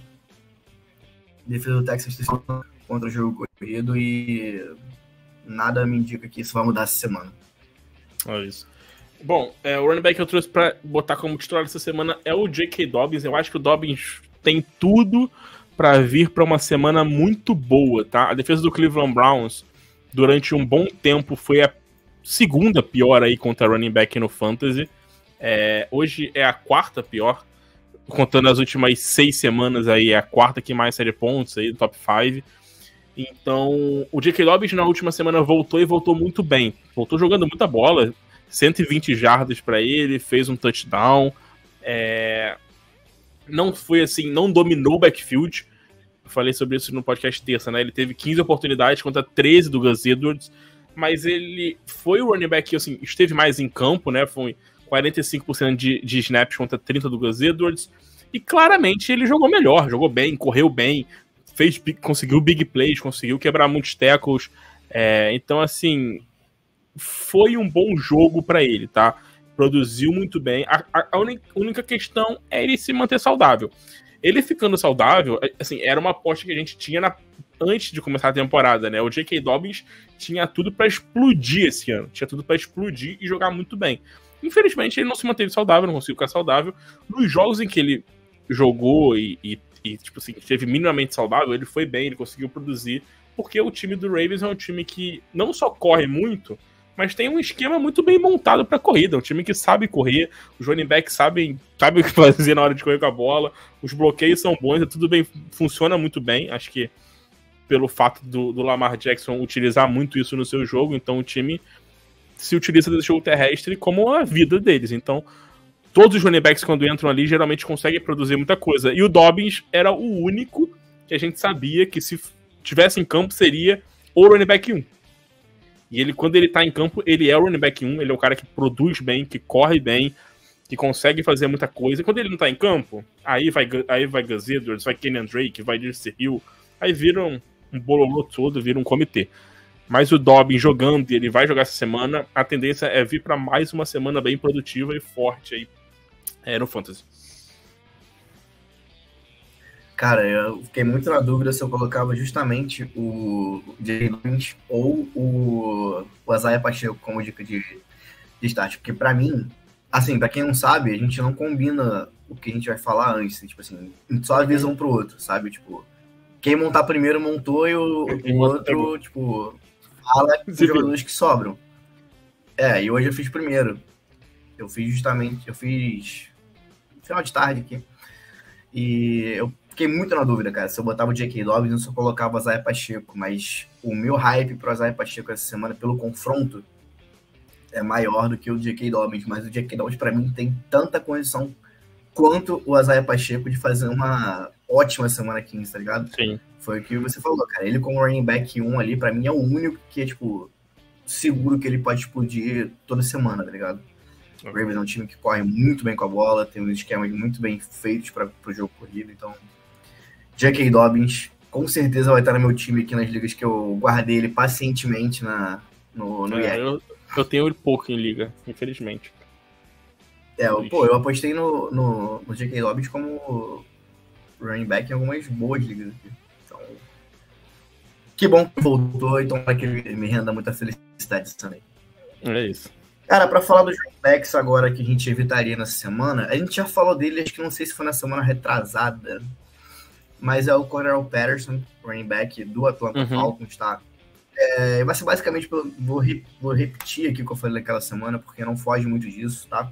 defesa do Texans tem sido contra o jogo corrido e nada me indica que isso vai mudar essa semana. É isso. Bom, é, o running back que eu trouxe pra botar como titular essa semana é o J K. Dobbins. Eu acho que o Dobbins tem tudo pra vir pra uma semana muito boa, tá? A defesa do Cleveland Browns durante um bom tempo foi a segunda pior aí contra running back no Fantasy. É, hoje é a quarta pior, contando as últimas seis semanas aí, é a quarta que mais sai de pontos aí, do top cinco. Então, o J K. Dobbins na última semana voltou e voltou muito bem. Voltou jogando muita bola, cento e vinte jardas para ele, fez um touchdown. É... Não foi assim, não dominou o backfield. falei sobre isso no podcast terça, né? Ele teve quinze oportunidades contra treze do Gus Edwards, mas ele foi o running back que, assim, esteve mais em campo, né? Foi quarenta e cinco por cento de, de snaps contra trinta do Gus Edwards, e claramente ele jogou melhor, jogou bem, correu bem, fez, conseguiu big plays, conseguiu quebrar muitos tackles, é, então, assim, foi um bom jogo para ele, tá? Produziu muito bem. A, a, a única questão é ele se manter saudável. Ele ficando saudável, assim, era uma aposta que a gente tinha na, antes de começar a temporada, né? O J K. Dobbins tinha tudo pra explodir esse ano. Tinha tudo pra explodir e jogar muito bem. Infelizmente, ele não se manteve saudável, não conseguiu ficar saudável. Nos jogos em que ele jogou e, e, e tipo assim, esteve minimamente saudável, ele foi bem, ele conseguiu produzir, porque o time do Ravens é um time que não só corre muito, mas tem um esquema muito bem montado para corrida. É um time que sabe correr, os running backs sabem, sabem o que fazer na hora de correr com a bola, os bloqueios são bons, é tudo bem, funciona muito bem. Acho que pelo fato do, do Lamar Jackson utilizar muito isso no seu jogo, então o time se utiliza do jogo terrestre como a vida deles. Então, todos os running backs, quando entram ali, geralmente conseguem produzir muita coisa. E o Dobbins era o único que a gente sabia que, se tivesse em campo, seria o running back um. E ele, quando ele tá em campo, ele é o running back um, ele é o cara que produz bem, que corre bem, que consegue fazer muita coisa. E quando ele não tá em campo, aí vai, aí vai Gus Edwards, vai Kenyan Drake, vai Justice Hill, aí vira um, um bololô todo, vira um comitê. Mas o Dobbins jogando, e ele vai jogar essa semana, a tendência é vir para mais uma semana bem produtiva e forte aí é, no Fantasy. Cara, eu fiquei muito na dúvida se eu colocava justamente o J K. ou o, o Isaiah Pacheco como dica de, de start, porque pra mim, assim, pra quem não sabe, a gente não combina o que a gente vai falar antes, tipo assim, a gente só avisa um pro outro, sabe, tipo, quem montar primeiro montou e o, o outro, tipo, fala os jogadores que sobram. É, e hoje eu fiz primeiro, eu fiz justamente, eu fiz final de tarde aqui, e eu fiquei muito na dúvida, cara, se eu botava o J K. Dobbins ou se eu colocava o Isaiah Pacheco, mas o meu hype pro Isaiah Pacheco essa semana, pelo confronto, é maior do que o J K. Dobbins, mas o J K. Dobbins, pra mim, tem tanta condição quanto o Isaiah Pacheco de fazer uma ótima semana quinze, tá ligado? Sim. Foi o que você falou, cara, ele como running back um ali, pra mim, é o único que é, tipo, seguro que ele pode explodir toda semana, tá ligado? O Ravens é um time que corre muito bem com a bola, tem uns esquemas muito bem feitos para o jogo corrido, então J K. Dobbins com certeza vai estar no meu time aqui nas ligas que eu guardei ele pacientemente na, no, no é, eu, eu tenho ele pouco em liga, infelizmente. É, eu, pô, eu apostei no, no, no J K. Dobbins como running back em algumas boas ligas aqui. Então, que bom que voltou, então para que ele me renda muita felicidade também. É isso. Cara, pra falar dos running backs agora que a gente evitaria nessa semana, a gente já falou dele, acho que não sei se foi na semana retrasada, mas é o Cordarrelle Patterson, running back do Atlanta uhum. Falcons, tá? É, vai ser basicamente, vou, re, vou repetir aqui o que eu falei naquela semana, porque não foge muito disso, tá?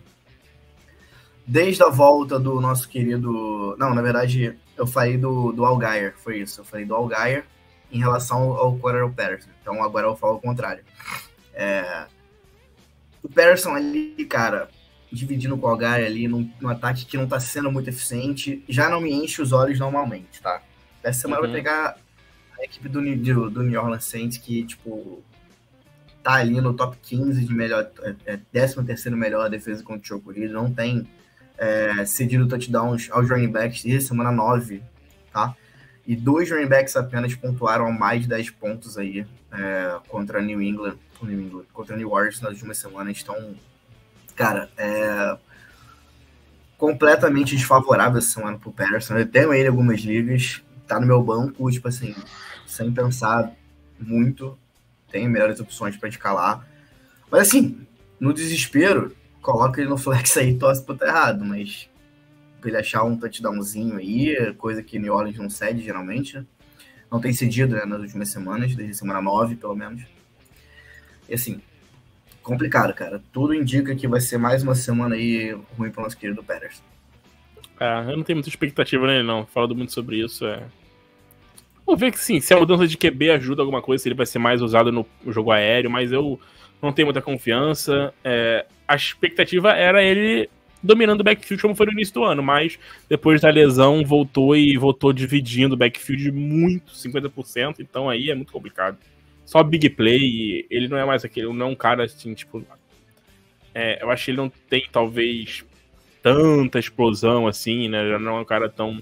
Desde a volta do nosso querido... Não, na verdade, eu falei do, do Allgeier, foi isso. Eu falei do Allgeier em relação ao Cordarrelle Patterson. Então agora eu falo o contrário. É... O Patterson ali, cara, dividindo com o Allgeier ali num, num ataque que não tá sendo muito eficiente, já não me enche os olhos normalmente, tá? Essa semana uhum. eu vou pegar a equipe do, do, do New Orleans Saints, que, tipo, tá ali no top quinze de melhor, é, décimo terceiro melhor defesa contra o jogo corrido, não tem é, cedido touchdowns aos running backs desde semana nove, tá? E dois running backs apenas pontuaram mais de dez pontos aí é, contra New England, New England, contra New Orleans nas últimas semanas. Então, cara, é completamente desfavorável essa semana pro Patterson. Eu tenho ele em algumas ligas, tá no meu banco, tipo assim, sem pensar muito, tem melhores opções para escalar. Mas assim, no desespero, coloca ele no flex aí e torce pro tá errado, mas pra ele achar um touchdownzinho aí, coisa que New Orleans não cede geralmente, né? Não tem cedido, né, nas últimas semanas, desde a semana nove, pelo menos. E assim, complicado, cara. Tudo indica que vai ser mais uma semana aí ruim pro nosso querido Patterson. É, eu não tenho muita expectativa nele, não. Falando muito sobre isso, é... Vou ver que sim, se a mudança de Q B ajuda alguma coisa, se ele vai ser mais usado no jogo aéreo, mas eu não tenho muita confiança. É... A expectativa era ele dominando o backfield como foi no início do ano, mas depois da lesão voltou e voltou dividindo o backfield muito, cinquenta por cento, então aí é muito complicado. Só big play, ele não é mais aquele, não é um cara assim, tipo... É, eu acho que ele não tem, talvez, tanta explosão assim, né? Já não é um cara tão...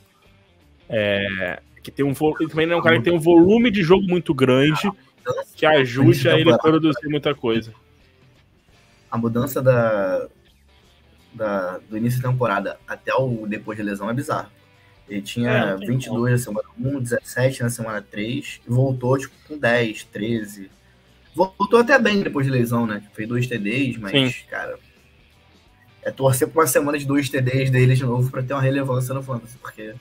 É, que tem um, ele também não é um cara que tem um volume de jogo muito grande que ajude a ele a produzir muita coisa. A mudança da, da, do início da temporada até o depois da lesão é bizarro. Ele tinha é, vinte e dois na semana um, dezessete na semana três, e voltou tipo, com dez, treze. Voltou até bem depois de lesão, né? Fez dois T Ds, mas, Sim. cara, é torcer por uma semana de dois T Ds dele de novo pra ter uma relevância no Fantasy, porque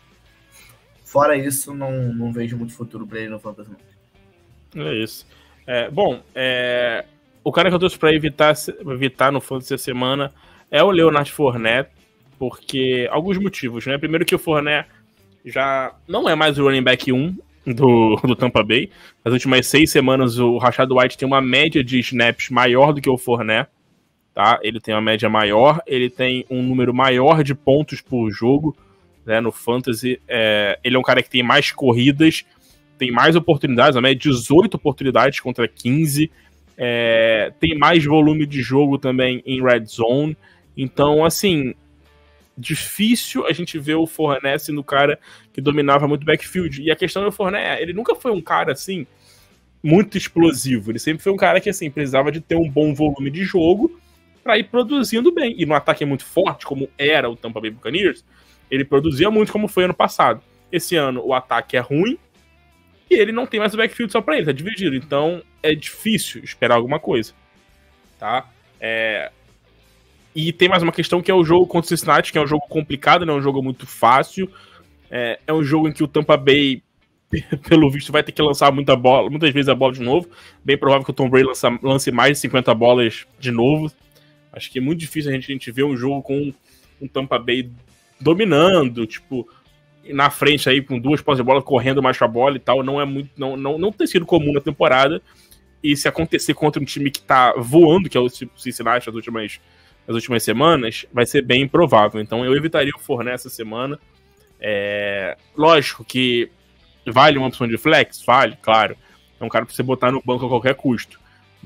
fora isso, não, não vejo muito futuro pra ele no Fantasy, não. É isso. É, bom, é, o cara que eu trouxe pra evitar, evitar no Fantasy essa semana é o Leonard Fournette, porque alguns motivos, né? Primeiro que o Fournette já não é mais o running back um do, do Tampa Bay. Nas últimas seis semanas o Rachaad White tem uma média de snaps maior do que o Fournette, tá? Ele tem uma média maior, ele tem um número maior de pontos por jogo, né, no Fantasy. É, ele é um cara que tem mais corridas, tem mais oportunidades, a média dezoito oportunidades contra quinze, é, tem mais volume de jogo também em red zone. Então, assim, difícil a gente ver o Fournette sendo o cara que dominava muito o backfield. E a questão do Fournette, ele nunca foi um cara, assim, muito explosivo. Ele sempre foi um cara que, assim, precisava de ter um bom volume de jogo para ir produzindo bem. E no ataque muito forte, como era o Tampa Bay Buccaneers, ele produzia muito como foi ano passado. Esse ano o ataque é ruim e ele não tem mais o backfield só para ele, tá dividido. Então é difícil esperar alguma coisa, tá? É... E tem mais uma questão que é o jogo contra o Cincinnati, que é um jogo complicado, não é um jogo muito fácil. É, é um jogo em que o Tampa Bay, pelo visto, vai ter que lançar muita bola, muitas vezes a bola de novo. Bem provável que o Tom Brady lance, lance mais de cinquenta bolas de novo. Acho que é muito difícil a gente, a gente ver um jogo com um Tampa Bay dominando, tipo, na frente aí, com duas posses de bola, correndo mais com a bola e tal. Não é muito, não, não, não tem sido comum na temporada. E se acontecer contra um time que tá voando, que é o Cincinnati nas últimas, nas últimas semanas, vai ser bem improvável. Então eu evitaria o Fournette essa semana. É, lógico que vale uma opção de flex? Vale, claro. É um cara pra você botar no banco a qualquer custo.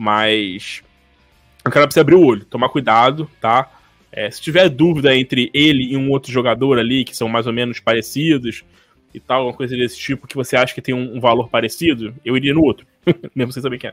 Mas o cara precisa abrir o olho, tomar cuidado, tá? É, se tiver dúvida entre ele e um outro jogador ali, que são mais ou menos parecidos e tal, alguma coisa desse tipo, que você acha que tem um, um valor parecido, eu iria no outro, mesmo sem saber quem é.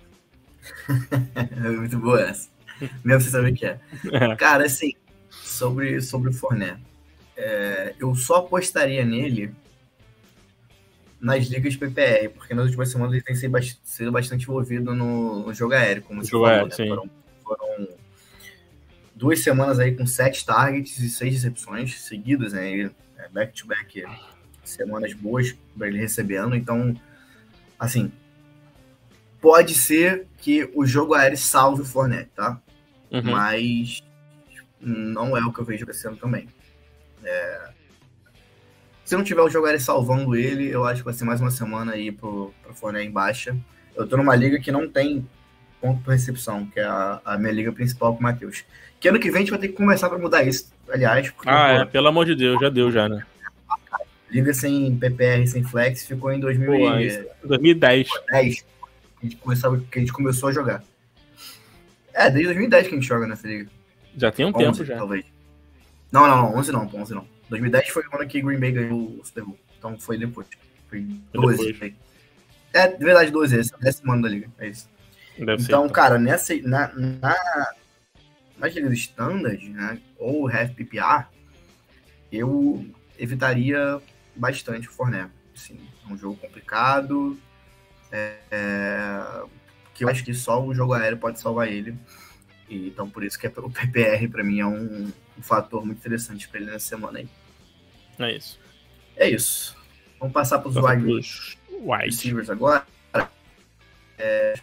É muito boa essa. Mesmo sem saber quem é. é. Cara, assim, sobre, sobre o Fournette, é, eu só apostaria nele nas ligas de P P R, porque nas últimas semanas ele tem sido bastante, sido bastante envolvido no, no jogo aéreo, como você falou, aéreo, né? Sim. Foram, foram duas semanas aí com sete targets e seis recepções seguidas, né? Back-to-back, semanas boas para ele recebendo. Então, assim, pode ser que o jogo aéreo salve o Fournette, tá? Uhum. Mas não é o que eu vejo crescendo também. É... Se não tiver o jogo aéreo salvando ele, eu acho que vai ser mais uma semana aí pro, pro Fournette em baixa. Eu tô numa liga que não tem ponto por recepção, que é a, a minha liga principal com o Matheus. Que ano que vem a gente vai ter que começar para mudar isso, aliás. Porque, ah, pô, é, pelo amor de Deus, já deu já, né? Liga sem P P R, sem flex, ficou em dois mil e dez. dez, que a gente começou, que a gente começou a jogar. É, desde dois mil e dez que a gente joga nessa liga. Já tem um onze, tempo já. Talvez. Não, não, não, onze não, onze não. dois mil e dez foi o ano que Green Bay ganhou o Super Bowl. Então foi depois. Foi doze. Depois. É, de verdade, doze, esse é o décimo ano da liga. É isso. Deve então, ser, cara, nessa, na, na, nas ligas standard, né, ou half P P R, eu evitaria bastante o Fournette. Assim, é um jogo complicado, é, é, que eu acho que só o jogo aéreo pode salvar ele. E, então, por isso que o P P R, para mim, é um, um fator muito interessante para ele nessa semana aí. É isso. É isso. Vamos passar para os wide receivers agora. É,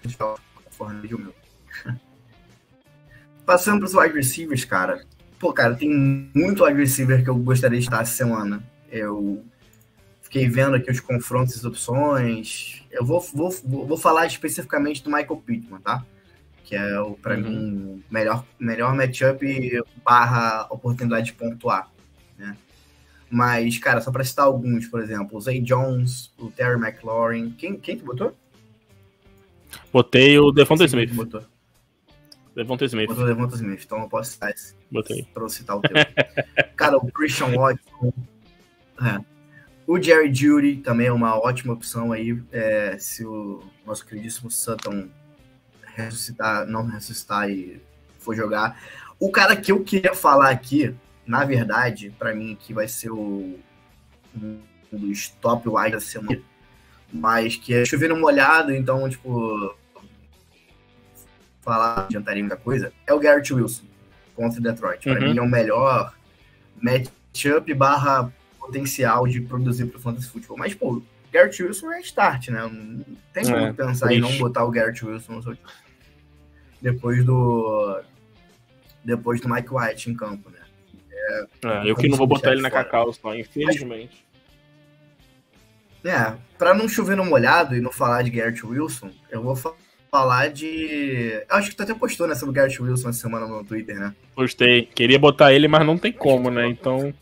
passando para os wide receivers, cara. Pô, cara, tem muito wide receiver que eu gostaria de estar essa semana. Eu fiquei vendo aqui os confrontos e as opções. Eu vou, vou, vou falar especificamente do Michael Pittman, tá? que é, o para Uhum. mim, o melhor, melhor matchup barra oportunidade de pontuar, né? Mas, cara, só para citar alguns, por exemplo, o Zay Jones, o Terry McLaurin. Quem, quem tu botou? Botei o Devonta Sim, Smith. botou. Devonta Smith. Botou o Devonta Smith, então eu posso citar esse. Botei. Pra eu citar o teu. Cara, o Christian Watson. É. O Jerry Jeudy também é uma ótima opção aí. É, se o nosso queridíssimo Sutton ressuscitar, não ressuscitar e for jogar. O cara que eu queria falar aqui, na verdade, pra mim, que vai ser o, um dos top wide da semana, mas que é chover uma olhada, então, tipo, falar, adiantaria muita coisa, é o Garrett Wilson contra o Detroit. Pra Uhum. mim, ele é o melhor matchup barra potencial de produzir pro Fantasy Football. Mas, pô, o Garrett Wilson é start, né? Não tem como É, pensar triste. em não botar o Garrett Wilson no seu time. Depois do depois do Mike White em campo, né? É, eu que não vou botar ele na Cacau só, infelizmente. É, pra não chover no molhado e não falar de Garrett Wilson, eu vou fa- falar de... Eu acho que tu até postou, né, sobre o Garrett Wilson essa semana no Twitter, né? Gostei. Queria botar ele, mas não tem como, né? Então.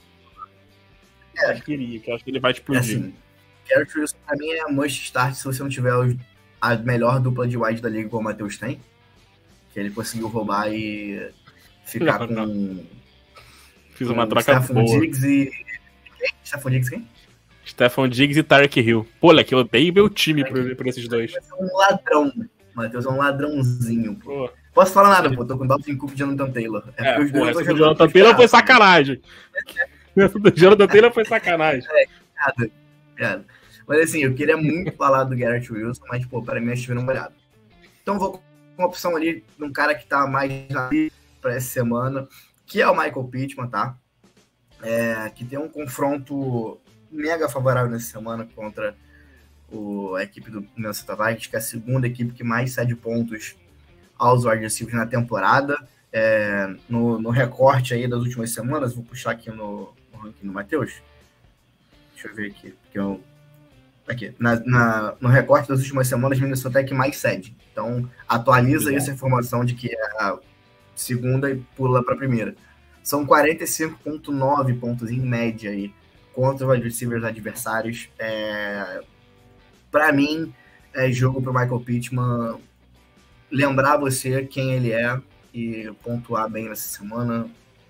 É. Mas queria, que eu acho que ele vai É explodir. assim, Garrett Wilson pra mim é must start se você não tiver os- a melhor dupla de wide da liga igual o Matheus tem. Que ele conseguiu roubar e ficar Não, com... não. Fiz com uma troca Stephon boa. Diggs e... Quem? Stephon Diggs quem? Stephon Diggs e Tarek Hill. Pô, moleque, eu odeio meu time por, por esses dois. Matheus é um ladrão. Matheus é um ladrãozinho, pô. Pô, Posso falar nada, pô. Tô com o Dalvin Cook e Jonathan Taylor. É é, porque os dois porra, estão essa do jogando Jonathan pros Taylor foi caras. sacanagem. Essa do Jonathan Taylor foi sacanagem. Piada, piada. Mas assim, eu queria muito falar do Garrett Wilson, mas, pô, para mim, estiver uma olhada. Então, vou com uma opção ali de um cara que tá mais ali pra essa semana, que é o Michael Pittman, tá? É, que tem um confronto mega favorável nessa semana contra o, a equipe do Minnesota Vikings, que é a segunda equipe que mais cede pontos aos wide receivers na temporada. É, no, no recorte aí das últimas semanas, vou puxar aqui no, no ranking do Matheus. Deixa eu ver aqui, porque eu... Aqui, na, na, no recorte das últimas semanas, Minnesota é que mais cede. Então, atualiza aí essa informação de que é a segunda e pula para a primeira. São quarenta e cinco vírgula nove pontos em média aí contra os wide receivers adversários. É, para mim, é jogo para o Michael Pittman lembrar você quem ele é e pontuar bem nessa semana.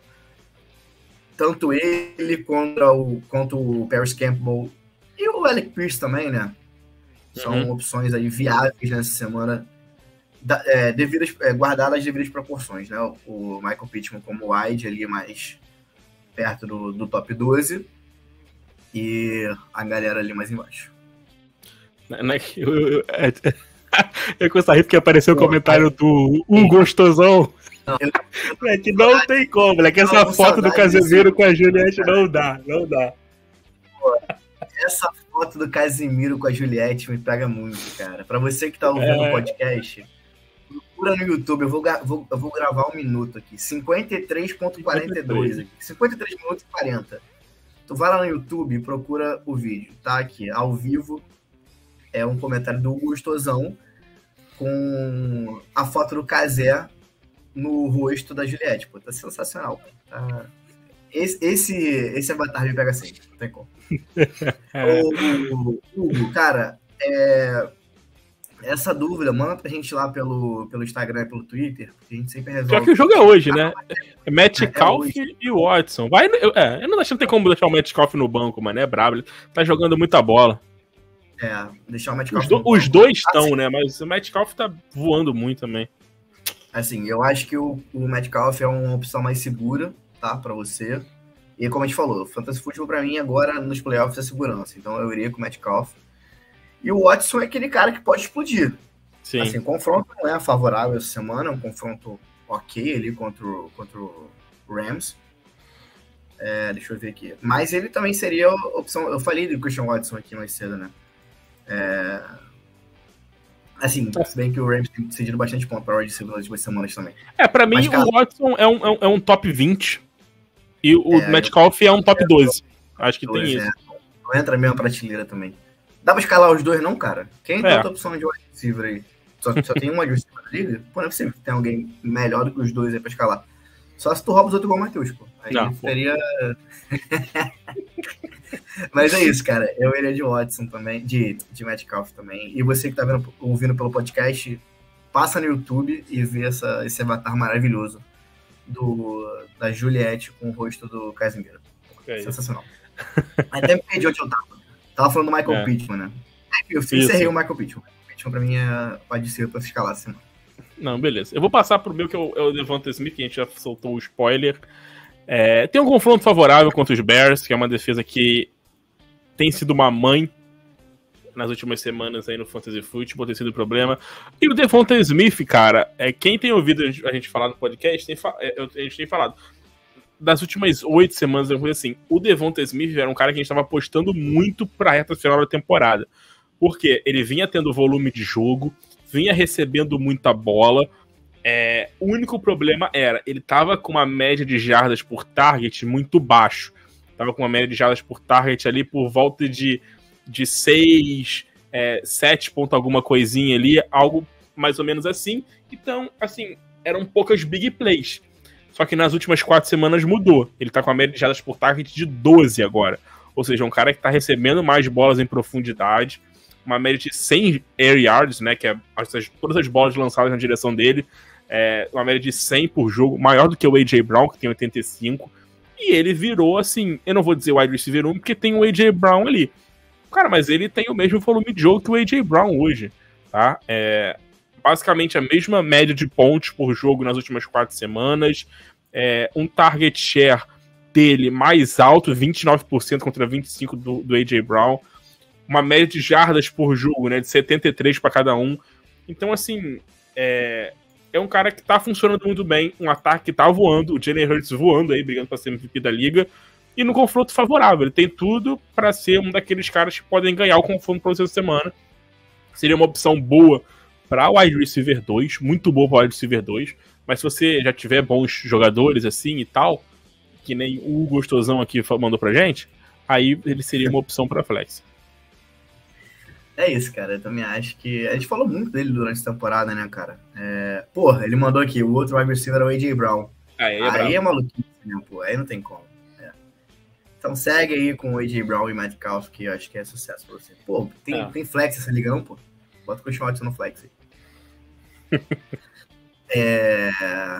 Tanto ele contra o, quanto o Paris Campbell e o Alec Pierce também, né? São Uhum. opções aí viáveis nessa semana, da, é, devidas, é, guardadas as devidas proporções, né? O, o Michael Pittman como wide ali mais perto do, do top doze e a galera ali mais embaixo. Não é que eu, eu, eu, é, eu com essa rir porque apareceu o comentário do um gostosão. É que não tem como, é que essa Não, foto do saudade Casemiro disso. com a Juliette não dá, não dá. Essa foto do Casimiro com a Juliette me pega muito, cara. Pra você que tá ouvindo o É. podcast, procura no YouTube, eu vou, ga- vou- eu vou gravar um minuto aqui. cinquenta e três vírgula quarenta e dois aqui. cinquenta e três minutos e quarenta. Tu vai lá no YouTube e procura o vídeo, tá? Aqui, ao vivo. É um comentário do Gostosão com a foto do Casé no rosto da Juliette. Pô, tá sensacional. Tá... Esse, esse, esse avatar me pega sempre, não tem como. É. Ô, Hugo, cara, é, essa dúvida, manda pra gente lá pelo, pelo Instagram e pelo Twitter, porque a gente sempre resolve. Pior que o jogo é hoje, né? É Metcalf É hoje. e Watson. Vai, eu, é, eu não acho que não tem como deixar o Metcalf no banco, mano. É brabo. Ele tá jogando muita bola. É, deixar o Metcalf Os, do- no banco. os dois estão, Assim, né? Mas o Metcalf tá voando muito também. assim, eu acho que o, o Metcalf é uma opção mais segura, tá, pra você. E como a gente falou, o Fantasy Football pra mim agora nos playoffs é segurança, então eu iria com o Metcalf. E o Watson é aquele cara que pode explodir. Sim. Assim, o confronto não é favorável essa semana, é um confronto ok ali contra o, contra o Rams. É, deixa eu ver aqui. Mas ele também seria a opção. Eu falei do Christian Watson aqui mais cedo, né? É, assim, se bem que o Rams tem cedido bastante ponto para o wide receiver nas últimas semanas também. É, pra mim Mas, cara, o Watson é um, é um, é um top vinte e o É, Metcalf é um top doze. Acho que tem Dois, isso. é, não entra a mesma prateleira também. Dá pra escalar os dois, não, cara? Quem tem É. outra opção de wide receiver aí? só, só tem um wide receiver na liga, pô, não é possível que tem alguém melhor do que os dois aí pra escalar. Só se tu rouba os outros igual o Matheus, pô. Aí Não, teria... Mas é isso, cara. Eu iria de Watson também, de, de Metcalf também. E você que tá vendo, ouvindo pelo podcast, passa no YouTube e vê essa, esse avatar maravilhoso do, da Juliette com o rosto do Casimiro. É sensacional. Até me perdi onde eu tava. Tava falando do Michael é. Pittman, né? Eu encerrei o Michael Pittman. O Pittman pra mim é pode ser pra escalar assim. Não, beleza. Eu vou passar pro meu, que é o, é o Devonta Smith, que a gente já soltou o spoiler. É, tem um confronto favorável contra os Bears, que é uma defesa que tem sido uma mãe nas últimas semanas aí no Fantasy Football, tem sido problema. E o Devonta Smith, cara, é, quem tem ouvido a gente falar no podcast, tem, é, a gente tem falado, das últimas oito semanas, eu assim, o Devonta Smith era um cara que a gente estava apostando muito pra reta final da temporada. Porque ele vinha tendo volume de jogo, vinha recebendo muita bola. É, o único problema era, ele tava com uma média de jardas por target muito baixo. Tava com uma média de jardas por target ali por volta de, de seis, é, sete ponto alguma coisinha ali, algo mais ou menos assim. Então, assim, eram poucas big plays. Só que nas últimas quatro semanas mudou. Ele tá com a média de jardas por target de doze agora. Ou seja, um cara que tá recebendo mais bolas em profundidade. Uma média de cem air yards, né? Que é essas, todas as bolas lançadas na direção dele. É, uma média de cem por jogo, maior do que o A J Brown, que tem oitenta e cinco. E ele virou, assim, eu não vou dizer wide receiver um, porque tem o A J Brown ali. Cara, mas ele tem o mesmo volume de jogo que o A J Brown hoje, tá? É, basicamente a mesma média de pontos por jogo nas últimas quatro semanas. É, um target share dele mais alto, vinte e nove por cento contra vinte e cinco por cento do, do A J Brown. Uma média de jardas por jogo, né, de setenta e três para cada um. Então, assim, é, é um cara que tá funcionando muito bem, um ataque que tá voando, o Jalen Hurts voando aí, brigando para ser M V P da liga, e no confronto favorável. Ele tem tudo para ser um daqueles caras que podem ganhar o confronto para essa semana. Seria uma opção boa para o wide receiver dois, muito boa para o wide receiver dois, mas se você já tiver bons jogadores assim e tal, que nem o Gostosão aqui mandou pra gente, aí ele seria uma opção para flex. É isso, cara. Eu também acho que... A gente falou muito dele durante a temporada, né, cara? É... Porra, ele mandou aqui, o outro wide receiver é o A J Brown. Aí é, aí é maluquice, né, pô? Aí não tem como. É. Então segue aí com o A J Brown e Metcalf, que eu acho que é sucesso pra você. Pô, tem, é. tem flex essa liga não, pô? Bota o Christian Watson no flex aí. é...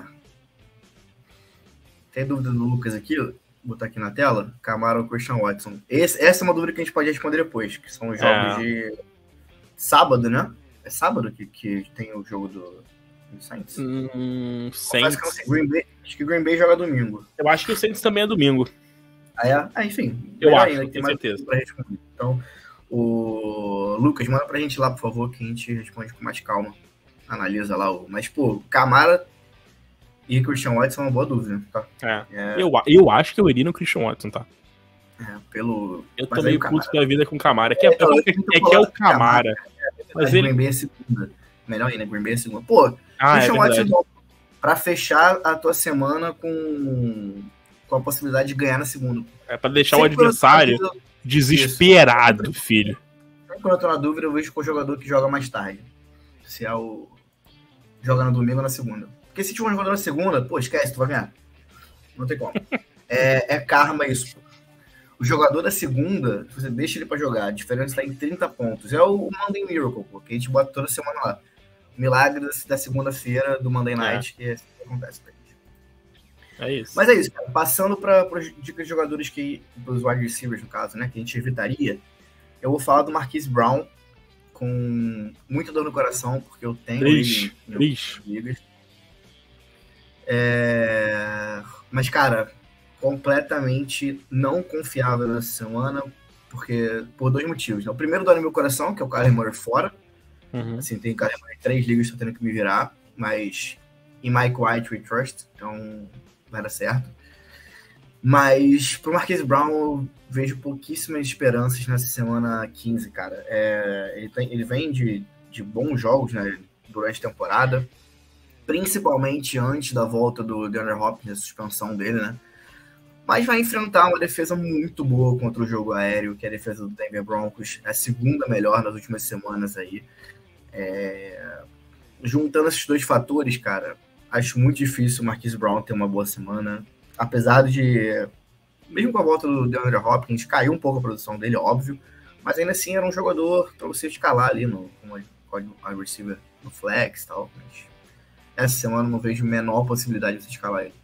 Tem dúvida do Lucas aqui? Vou botar aqui na tela. Camara ou Christian Watson. Esse, essa é uma dúvida que a gente pode responder depois, que são os jogos é. de... Sábado, né? É sábado que, que tem o jogo do, do Saints? Hum, Saints. Que sei, Green Bay, acho que o Green Bay joga domingo. Eu acho que o Saints também é domingo. Ah, é? Ah, enfim. Eu acho, ainda, com tem certeza. Pra responder. Então, o Lucas, manda pra gente lá, por favor, que a gente responde com mais calma. Analisa lá. O... Mas, pô, Camara e Christian Watson é uma boa dúvida, tá? É. É... Eu, eu acho que eu iria no Christian Watson, tá? É, pelo... Eu tô meio puto da vida com o Camara. É que é, é, é, é, que é o Camara. Mas ele... Green Bay é segunda. Melhor ainda, Green Bay é segunda. Pô, ah, Christian é Watson pra fechar a tua semana com, com a possibilidade de ganhar na segunda. É pra deixar Sempre o adversário dúvida, desesperado, isso. filho. Sempre quando eu tô na dúvida, eu vejo com o jogador que joga mais tarde. Se é o... Joga no domingo ou na segunda. Porque se tiver um jogador na segunda, pô, esquece, tu vai ganhar. Não tem como. é, é karma isso, pô. O jogador da segunda, você deixa ele pra jogar, a diferença está em trinta pontos. É o Monday Miracle, pô, que a gente bota toda semana lá. O milagre da segunda-feira do Monday Night, é. que é assim que acontece pra gente. É isso. Mas é isso, cara. Passando para as dicas de jogadores que, dos wide receivers, no caso, né, que a gente evitaria, eu vou falar do Marquise Brown, com muita dor no coração, porque eu tenho Ixi, ele em ligas. É... Mas, cara... completamente não confiável nessa semana, porque por dois motivos. Né? O primeiro dói no meu coração, que é o Kyler Murray fora. Uhum. Assim, tem Kyler Murray em três ligas, estou tendo que me virar, mas em Mike White we trust, então vai dar certo. Mas pro Marquise Brown eu vejo pouquíssimas esperanças nessa semana quinze, cara. É, ele, tem, ele vem de, de bons jogos, né, durante a temporada, principalmente antes da volta do DeAndre Hopkins, a suspensão dele, né? Mas vai enfrentar uma defesa muito boa contra o jogo aéreo, que é a defesa do Denver Broncos, é a segunda melhor nas últimas semanas aí. É... juntando esses dois fatores, cara, acho muito difícil o Marquise Brown ter uma boa semana. Apesar de, mesmo com a volta do DeAndre Hopkins, caiu um pouco a produção dele, óbvio. Mas ainda assim era um jogador para você escalar ali no wide receiver, no flex e tal. Mas essa semana eu não vejo a menor possibilidade de você escalar ele.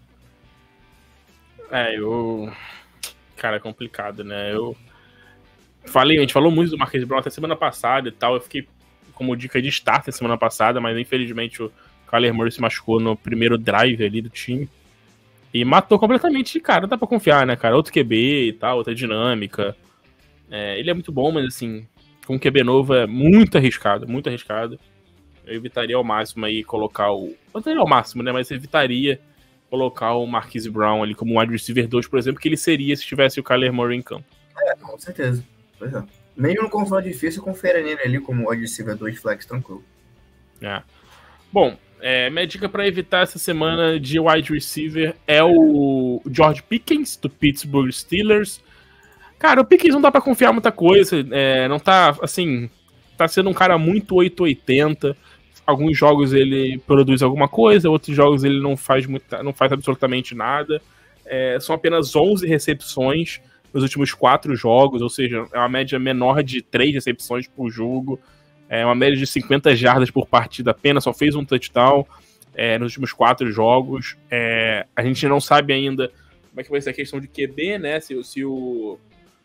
É, eu... Cara, é complicado, né? Eu falei, a gente falou muito do Marquise Brown até semana passada e tal. Eu fiquei como dica de start semana passada, mas infelizmente o Kyler Murray se machucou no primeiro drive ali do time. E matou completamente, cara, não dá pra confiar, né, cara? Outro Q B e tal, outra dinâmica. É, ele é muito bom, mas assim, com um Q B novo é muito arriscado, muito arriscado. Eu evitaria ao máximo aí colocar o... Não seria ao máximo, né, mas evitaria colocar o Marquise Brown ali como wide receiver dois, por exemplo, que ele seria se tivesse o Kyler Murray em campo. É, com certeza. Pois é. Mesmo no confronto difícil, confere nele ali como wide receiver dois flex tranquilo. É. Bom, é, minha dica para evitar essa semana de wide receiver é o George Pickens, do Pittsburgh Steelers. Cara, o Pickens não dá pra confiar muita coisa, é, não tá, assim, tá sendo um cara muito oito oitenta. Alguns jogos ele produz alguma coisa, outros jogos ele não faz, muita, não faz absolutamente nada. É, são apenas onze recepções nos últimos quatro jogos, ou seja, é uma média menor de três recepções por jogo. É uma média de cinquenta jardas por partida apenas, só fez um touchdown é, nos últimos quatro jogos. É, a gente não sabe ainda como é que vai ser a questão de Q B, né? Se, se o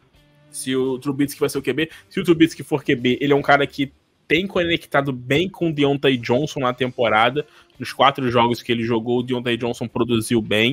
se o Trubisky vai ser o Q B. Se o Trubisky for Q B, ele é um cara que tem conectado bem com o Deontay Johnson na temporada. Nos quatro jogos que ele jogou, o Deontay Johnson produziu bem.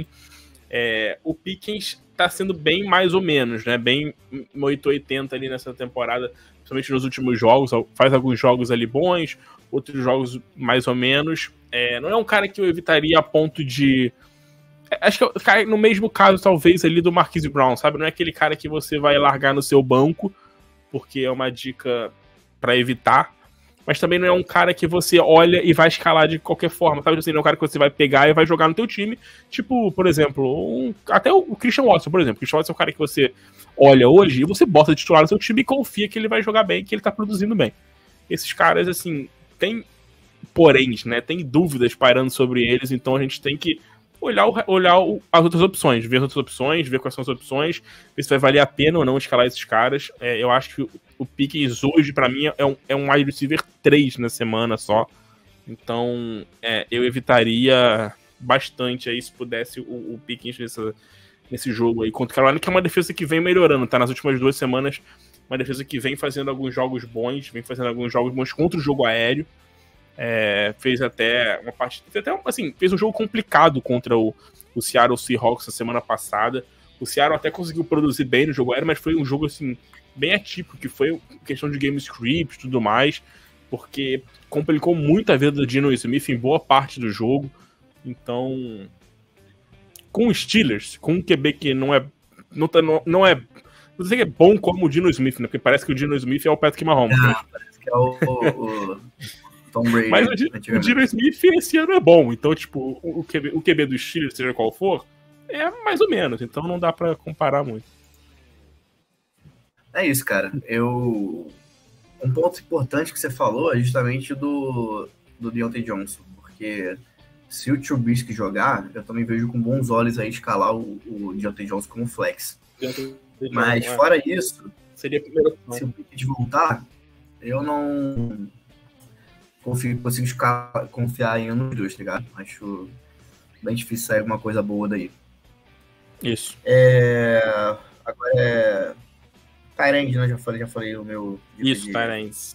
É, o Pickens tá sendo bem mais ou menos, né? Bem oito oitenta ali nessa temporada, principalmente nos últimos jogos. Faz alguns jogos ali bons, outros jogos mais ou menos. É, não é um cara que eu evitaria a ponto de... Acho que cai no mesmo caso, talvez, ali do Marquise Brown, sabe? Não é aquele cara que você vai largar no seu banco, porque é uma dica pra evitar. Mas também não é um cara que você olha e vai escalar de qualquer forma, sabe? Assim, não é um cara que você vai pegar e vai jogar no teu time. Tipo, por exemplo, um, até o Christian Watson, por exemplo. O Christian Watson é um cara que você olha hoje e você bota de titular no seu time e confia que ele vai jogar bem, que ele tá produzindo bem. Esses caras, assim, tem poréns, né? Tem dúvidas pairando sobre eles, então a gente tem que olhar, o, olhar o, as outras opções, ver as outras opções, ver quais são as opções, ver se vai valer a pena ou não escalar esses caras. É, eu acho que o Pickens hoje, pra mim, é um, é um wide receiver três na semana só. Então, é, eu evitaria bastante aí, se pudesse, o, o Pickens nessa, nesse jogo aí contra o Carolina, que é uma defesa que vem melhorando, tá? Nas últimas duas semanas, uma defesa que vem fazendo alguns jogos bons, vem fazendo alguns jogos bons contra o jogo aéreo. É, fez até uma parte, até assim, fez um jogo complicado contra o, o Seattle Seahawks na semana passada. O Seattle até conseguiu produzir bem no jogo aéreo, mas foi um jogo assim bem atípico, que foi questão de game script e tudo mais, porque complicou muito a vida do Geno Smith em boa parte do jogo. Então, com os Steelers, com um Q B que não é não, tá, não, não é não sei que é bom como o Geno Smith, né? Porque parece que o Geno Smith é o Patrick Mahomes. Ah, né? Parece que é o, o... Tom Brady, mas o Geno Smith esse ano é bom, então, tipo, o Q B, o Q B do Steelers, seja qual for, é mais ou menos, então não dá pra comparar muito. É isso, cara. Eu... Um ponto importante que você falou é justamente do, do Deontay Johnson, porque se o Trubisky jogar, eu também vejo com bons olhos aí escalar o, o Deontay Johnson como flex. Mas é. fora isso, seria a primeira opção. Se o Pickett voltar, eu não confio, consigo escalar, confiar em um dos dois, tá ligado? Acho bem difícil sair alguma coisa boa daí. Isso. É... Agora é... Tyrande, né? Já falei, já falei o meu... Isso, de... Tyrands.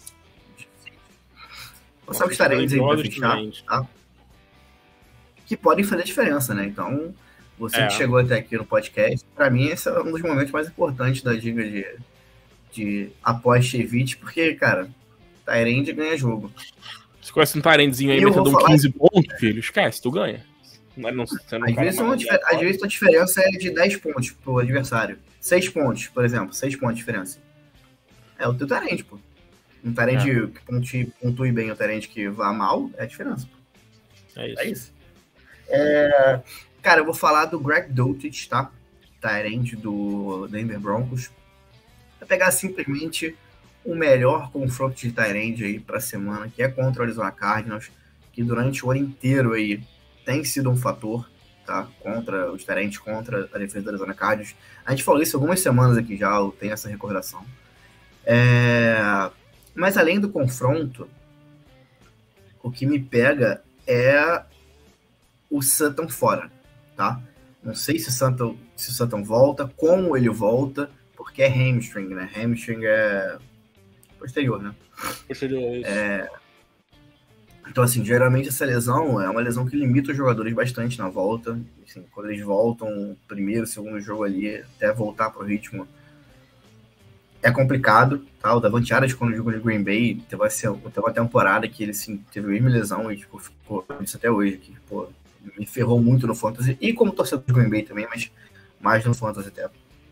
Vou passar os Tyrands aí pra fechar, tá? Que podem fazer diferença, né? Então, você é. que chegou até aqui no podcast, pra mim esse é um dos momentos mais importantes da dica de, de aposta evite, porque, cara, Tyrande ganha jogo. Você conhece um Tyrandezinho aí metendo um quinze pontos, filho? Esquece, tu ganha. Não, não, você não às, vezes uma, às vezes a diferença é de dez pontos pro adversário. seis pontos, por exemplo. seis pontos de diferença. É o teu Tyrande, pô. Um Tyrande é. que pontue, pontue bem, o Tyrande que vá mal, é a diferença, pô. É isso. É isso. É... Cara, eu vou falar do Greg Dulcich, tá? Tyrande do Denver Broncos. Vou pegar simplesmente o melhor confronto de Tyrande aí pra semana, que é contra o Arizona Cardinals. que durante o ano inteiro aí tem sido um fator, tá? Contra os Tyrants, contra a defesa da Arizona Cardinals. A gente falou isso algumas semanas aqui já, eu tenho essa recordação. É... Mas além do confronto, o que me pega é o Sutton fora, tá? Não sei se o Sutton, se o Sutton volta, como ele volta, porque é hamstring, né? Hamstring é posterior, né? Posterior, isso. É... Então, assim, geralmente essa lesão é uma lesão que limita os jogadores bastante na volta. Assim, quando eles voltam, primeiro, segundo jogo ali, até voltar pro ritmo, é complicado, tá? O Davante Adams, quando jogou no Green Bay, teve, assim, teve uma temporada que ele, assim, teve a mesma lesão e, tipo, ficou isso até hoje, que, pô, me ferrou muito no Fantasy, e como torcedor do Green Bay também, mas mais no Fantasy até.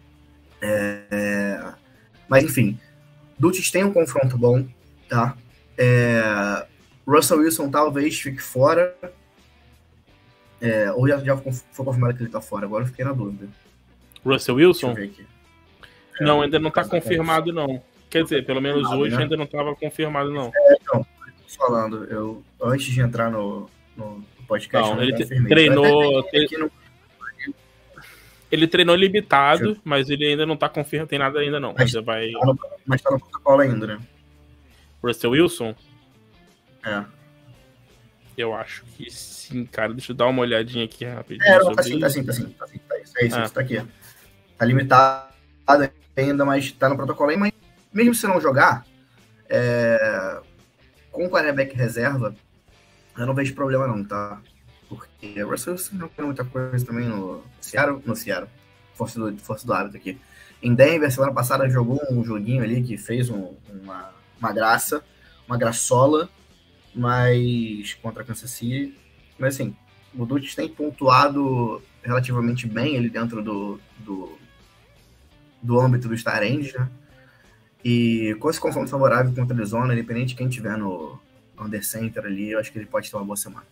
É... Mas, enfim, Dutch tem um confronto bom, tá? É... Russell Wilson talvez fique fora, é... ou já, já foi confirmado que ele tá fora, agora eu fiquei na dúvida. Russell Wilson? Deixa eu ver aqui. Não, ainda não tá confirmado, não. Quer dizer, pelo menos hoje ainda não tava confirmado, não. É, então, tô falando, eu, antes de entrar no, no podcast, não, ele treinou... No... Ele treinou limitado, eu... mas ele ainda não tá confirmado, tem nada ainda não. Mas, mas, vai... tá no, mas tá no protocolo ainda, né? Russell Wilson? É. Eu acho que sim, cara. Deixa eu dar uma olhadinha aqui rapidinho. É, não, tá sim, tá sim, tá sim, tá sim, tá isso, é isso, ah. Isso tá aqui. Tá limitado ainda, mas tá no protocolo aí, mas mesmo se não jogar, é... com o quarterback reserva, eu não vejo problema não, tá? Porque o Russell não tem muita coisa também no Seattle, no Seattle, força do, força do hábito aqui. Em Denver, semana passada, jogou um joguinho ali que fez um, uma, uma graça, uma graçola, mas contra a Kansas City. Mas assim, o Dutch tem pontuado relativamente bem ali dentro do, do, do âmbito dos Tyrants, né? E com esse confronto favorável contra a Arizona, independente de quem tiver no under center ali, eu acho que ele pode ter uma boa semana.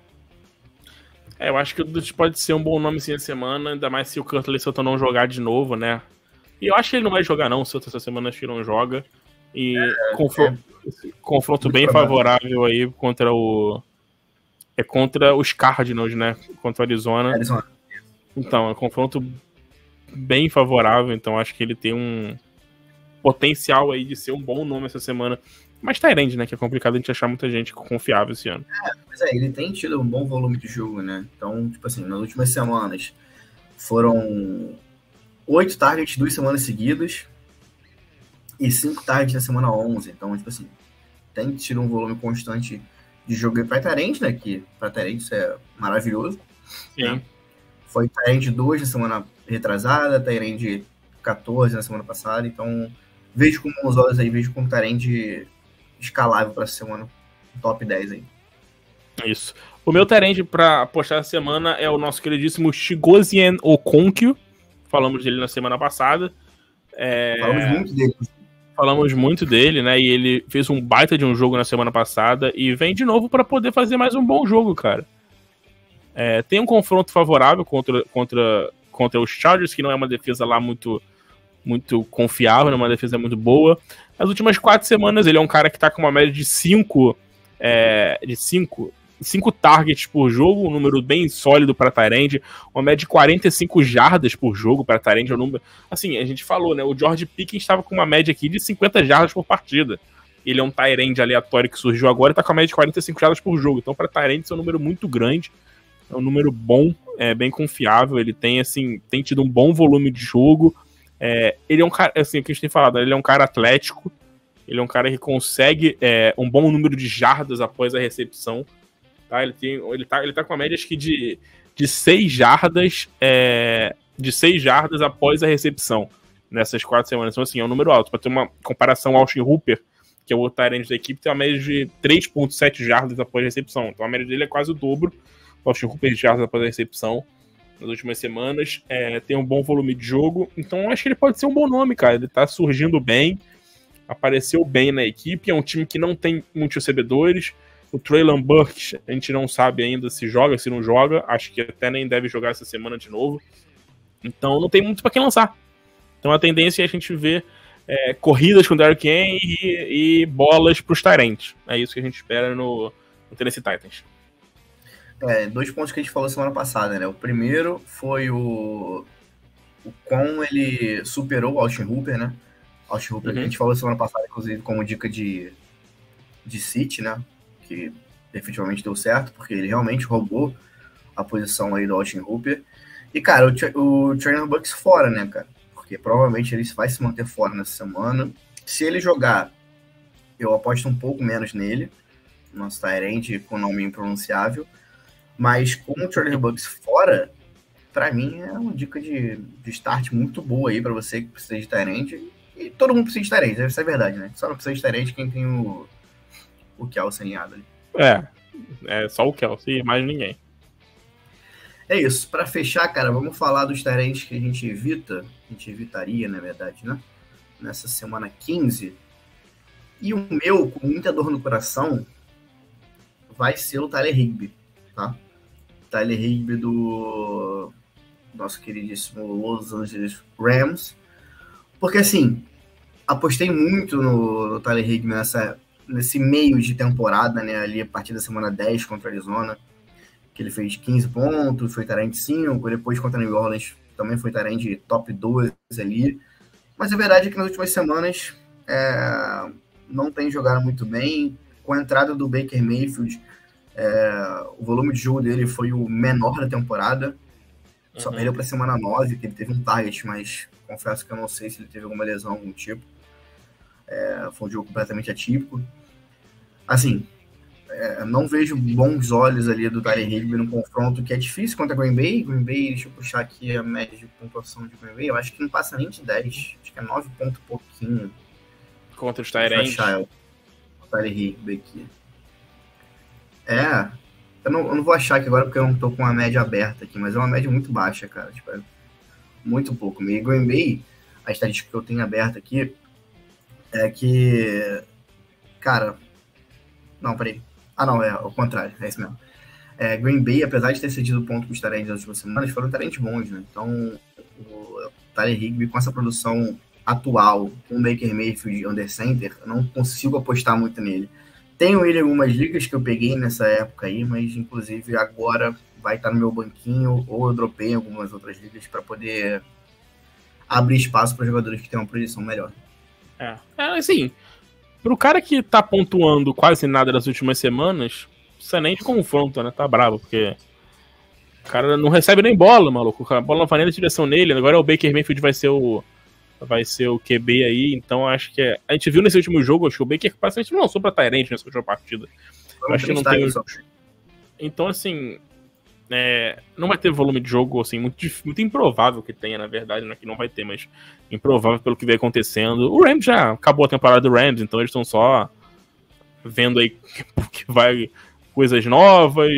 É, eu acho que o Dutch pode ser um bom nome sim na semana, ainda mais se o Curtis Sutton não jogar de novo, né? E eu acho que ele não vai jogar não, o Sutton essa semana acho que não joga. E é, confronto, é, confronto bem provável. Favorável aí contra o... É contra os Cardinals, né? Contra o Arizona. Arizona. Então, é um confronto bem favorável, então acho que ele tem um potencial aí de ser um bom nome essa semana. Mas Tyrande, né? Que é complicado a gente achar muita gente confiável esse ano. É, mas é, ele tem tido um bom volume de jogo, né? Então, tipo assim, nas últimas semanas foram oito targets duas semanas seguidas e cinco targets na semana onze. Então, tipo assim, tem tido um volume constante de jogo para Tyrande, né? Que para Tyrande isso é maravilhoso. Sim. Né? Foi Tyrande dois na semana retrasada, Tyrande quatorze na semana passada. Então, vejo com bons olhos aí, vejo como Tyrande escalável para essa semana, top dez aí. Isso. O meu Tyrande para apostar essa semana é o nosso queridíssimo Chigozien Okonkwo. Falamos dele na semana passada. É... Falamos muito dele. Falamos muito dele, né? E ele fez um baita de um jogo na semana passada e vem de novo para poder fazer mais um bom jogo, cara. É, tem um confronto favorável contra, contra, contra os Chargers, que não é uma defesa lá muito, muito confiável, é uma defesa muito boa. Nas últimas quatro semanas, ele é um cara que tá com uma média de cinco, é, de cinco, cinco targets por jogo, um número bem sólido para Tyrande, uma média de quarenta e cinco jardas por jogo para Tyrande, é um número... Assim, a gente falou, né? O George Pickens estava com uma média aqui de cinquenta jardas por partida. Ele é um Tyrande aleatório que surgiu agora e tá com a média de quarenta e cinco jardas por jogo. Então, para Tyrande, isso é um número muito grande. É um número bom, é bem confiável. Ele tem, assim, tem tido um bom volume de jogo. É, ele é um cara, assim, o que a gente tem falado, ele é um cara atlético. Ele é um cara que consegue é, um bom número de jardas após a recepção. Tá? Ele, tem, ele, tá, ele tá com a média, acho que, de, de seis jardas é, de seis jardas após a recepção nessas quatro semanas. Então, assim, é um número alto. Para ter uma comparação, o Austin Hooper, que é o outro Tyrande da equipe, tem uma média de três vírgula sete jardas após a recepção. Então, a média dele é quase o dobro. O Austin Hooper de jardas após a recepção nas últimas semanas. É, tem um bom volume de jogo. Então, acho que ele pode ser um bom nome, cara. Ele tá surgindo bem. Apareceu bem na equipe. É um time que não tem muitos recebedores. O Treylon Burks, a gente não sabe ainda se joga, se não joga. Acho que até nem deve jogar essa semana de novo. Então não tem muito para quem lançar. Então a tendência é a gente ver é, corridas com o Derrick Henry e, e bolas para os Tyrants. É isso que a gente espera no, no Tennessee Titans. É, dois pontos que a gente falou semana passada, né? O primeiro foi o, o quão ele superou o Austin Hooper, né? Austin Hooper, uhum. que a gente falou semana passada, inclusive, como dica de, de City, né? Que efetivamente deu certo, porque ele realmente roubou a posição aí do Austin Hooper. E, cara, o, o Trainer Bucks fora, né, cara? Porque provavelmente ele vai se manter fora nessa semana. Se ele jogar, eu aposto um pouco menos nele. Nosso Tyrande com nome impronunciável. Mas com o Trainer Bucks fora, pra mim é uma dica de, de start muito boa aí pra você que precisa de Tyrande. E todo mundo precisa de Tyrande, deve ser verdade, né? Só não precisa de Tyrande quem tem o, o Kelsey alinhado ali. É, é só o Kelsey e mais ninguém. É isso. Pra fechar, cara, vamos falar dos Tyrands que a gente evita, a gente evitaria, na verdade, né? Nessa semana quinze. E o meu, com muita dor no coração, vai ser o Tyler Higbee, tá? Tyler Higbee do nosso queridíssimo Los Angeles Rams. Porque, assim, apostei muito no, no Tyler Higbee nessa, nesse meio de temporada, né? Ali a partir da semana dez contra a Arizona, que ele fez quinze pontos, foi Tyrande cinco, depois contra New Orleans também foi Tyrande top doze ali. Mas a verdade é que nas últimas semanas é, não tem jogado muito bem. Com a entrada do Baker Mayfield, é, o volume de jogo dele foi o menor da temporada. Só uhum. perdeu para a semana nove, que ele teve um target, mas confesso que eu não sei se ele teve alguma lesão, algum tipo. É, foi um jogo completamente atípico. Assim, é, não vejo bons olhos ali do Tyler Higbee no confronto, que é difícil contra Green Bay. Green Bay, deixa eu puxar aqui a média de pontuação de Green Bay, eu acho que não passa nem de dez, acho que é nove pontos pouquinho. Contra os Tyrants. O Tyler Higbee aqui. É, eu não, eu não vou achar aqui agora porque eu não tô com a média aberta aqui, mas é uma média muito baixa, cara, tipo, é muito pouco. E Green Bay, a estatística que eu tenho aberta aqui é que, cara, não, peraí. Ah, não, é o contrário, é isso mesmo. É, Green Bay, apesar de ter cedido ponto para os Tyrants nas últimas semanas, foram Tyrants bons, né? Então, o Tyler Higbee, com essa produção atual, com o Baker Mayfield under center, eu não consigo apostar muito nele. Tenho ele em algumas ligas que eu peguei nessa época aí, mas, inclusive, agora vai estar no meu banquinho, ou eu dropei em algumas outras ligas para poder abrir espaço para jogadores que têm uma projeção melhor. É, é assim... Pro cara que tá pontuando quase nada nas últimas semanas, você nem de confronto, né? Tá bravo, porque o cara não recebe nem bola, maluco. A bola não vai nem na direção nele. Agora o Baker Mayfield vai ser o vai ser o Q B aí, então acho que é... A gente viu nesse último jogo, acho que o Baker praticamente não lançou pra Tyrant nessa última partida. Eu acho que não tem... Então, assim... É, não vai ter volume de jogo assim, muito, muito improvável que tenha, na verdade, não é que não vai ter, mas improvável pelo que vem acontecendo. O Rams já acabou a temporada do Rams, então eles estão só vendo aí que vai coisas novas,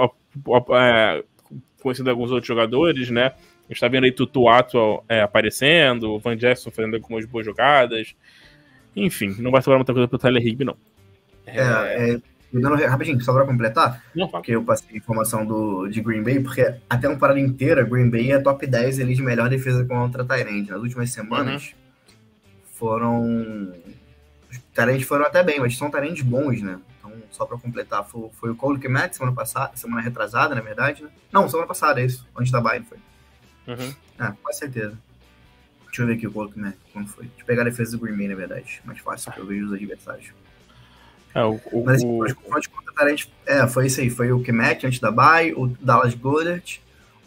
é, conhecendo alguns outros jogadores, né? A gente tá vendo aí Tutu Atwell é, aparecendo, o Van Jackson fazendo algumas boas jogadas. Enfim, não vai sobrar muita coisa pro Tyler Higbee, não. É, é... é... Dando rapidinho, só para completar, não, porque eu passei a informação do, de Green Bay, porque a temporada inteira, Green Bay é top dez ali de melhor defesa contra Tyrant. Nas últimas semanas, uhum. foram... Os Tyrants foram até bem, mas são Tyrants bons, né? Então, só para completar, foi, foi o Cole Kmet semana passada, semana retrasada, na verdade, né? Não, semana passada, é isso, antes da bye, foi. Uhum. Ah, com certeza. Deixa eu ver aqui o Cole Kmet, quando foi. Deixa eu pegar a defesa do Green Bay, na verdade, mais fácil, porque eu vejo os adversários. É, o, o, Mas assim, o confronto contra Tyrant, é, foi isso aí, foi o Kmet antes da bye, o Dallas Goedert,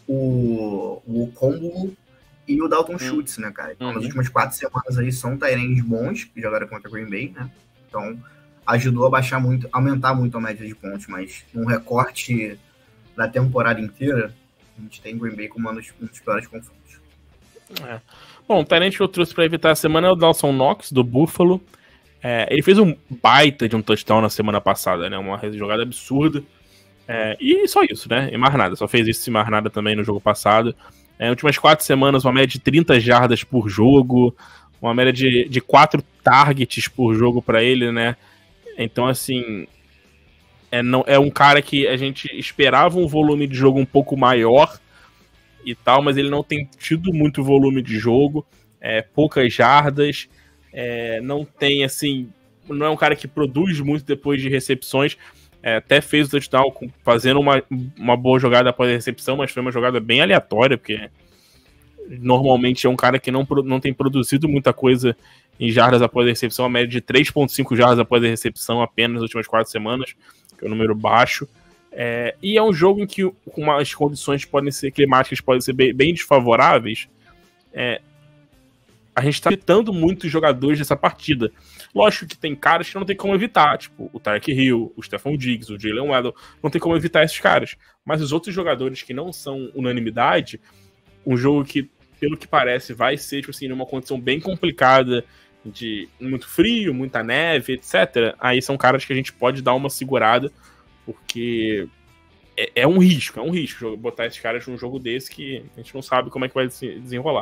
o, o Combo e o Dalton uhum. Schultz, né, cara? Então, uhum. nas últimas quatro semanas aí são Tyrants bons que jogaram contra Green Bay, né? Então, ajudou a baixar muito, aumentar muito a média de pontos, mas num recorte da temporada inteira, a gente tem Green Bay como um dos, um dos piores confrontos. É. Bom, o Tyrant que eu trouxe pra evitar a semana é o Dawson Knox, do Buffalo. É, ele fez um baita de um touchdown na semana passada, né? Uma jogada absurda. É, e só isso, né? E mais nada. Só fez isso e mais nada também no jogo passado. É, últimas quatro semanas, uma média de trinta jardas por jogo. Uma média de, de quatro targets por jogo pra ele, né? Então, assim... É, não, é um cara que a gente esperava um volume de jogo um pouco maior e tal, mas ele não tem tido muito volume de jogo. É, poucas jardas... É, não tem, assim, não é um cara que produz muito depois de recepções, É, até fez o touchdown com, fazendo uma, uma boa jogada após a recepção, mas foi uma jogada bem aleatória, porque normalmente é um cara que não, não tem produzido muita coisa em jardas após a recepção, a média de três vírgula cinco jardas após a recepção apenas nas últimas quatro semanas, que é um número baixo. É, e é um jogo em que com as condições podem ser climáticas, podem ser bem, bem desfavoráveis. É, a gente tá evitando muitos jogadores dessa partida. Lógico que tem caras que não tem como evitar, tipo o Tyreek Hill, o Stephon Diggs, o Jalen Waddle, não tem como evitar esses caras. Mas os outros jogadores que não são unanimidade, um jogo que, pelo que parece, vai ser tipo assim, numa condição bem complicada, de muito frio, muita neve, etcétera. Aí são caras que a gente pode dar uma segurada, porque é, é um risco, é um risco botar esses caras num jogo desse que a gente não sabe como é que vai se desenrolar.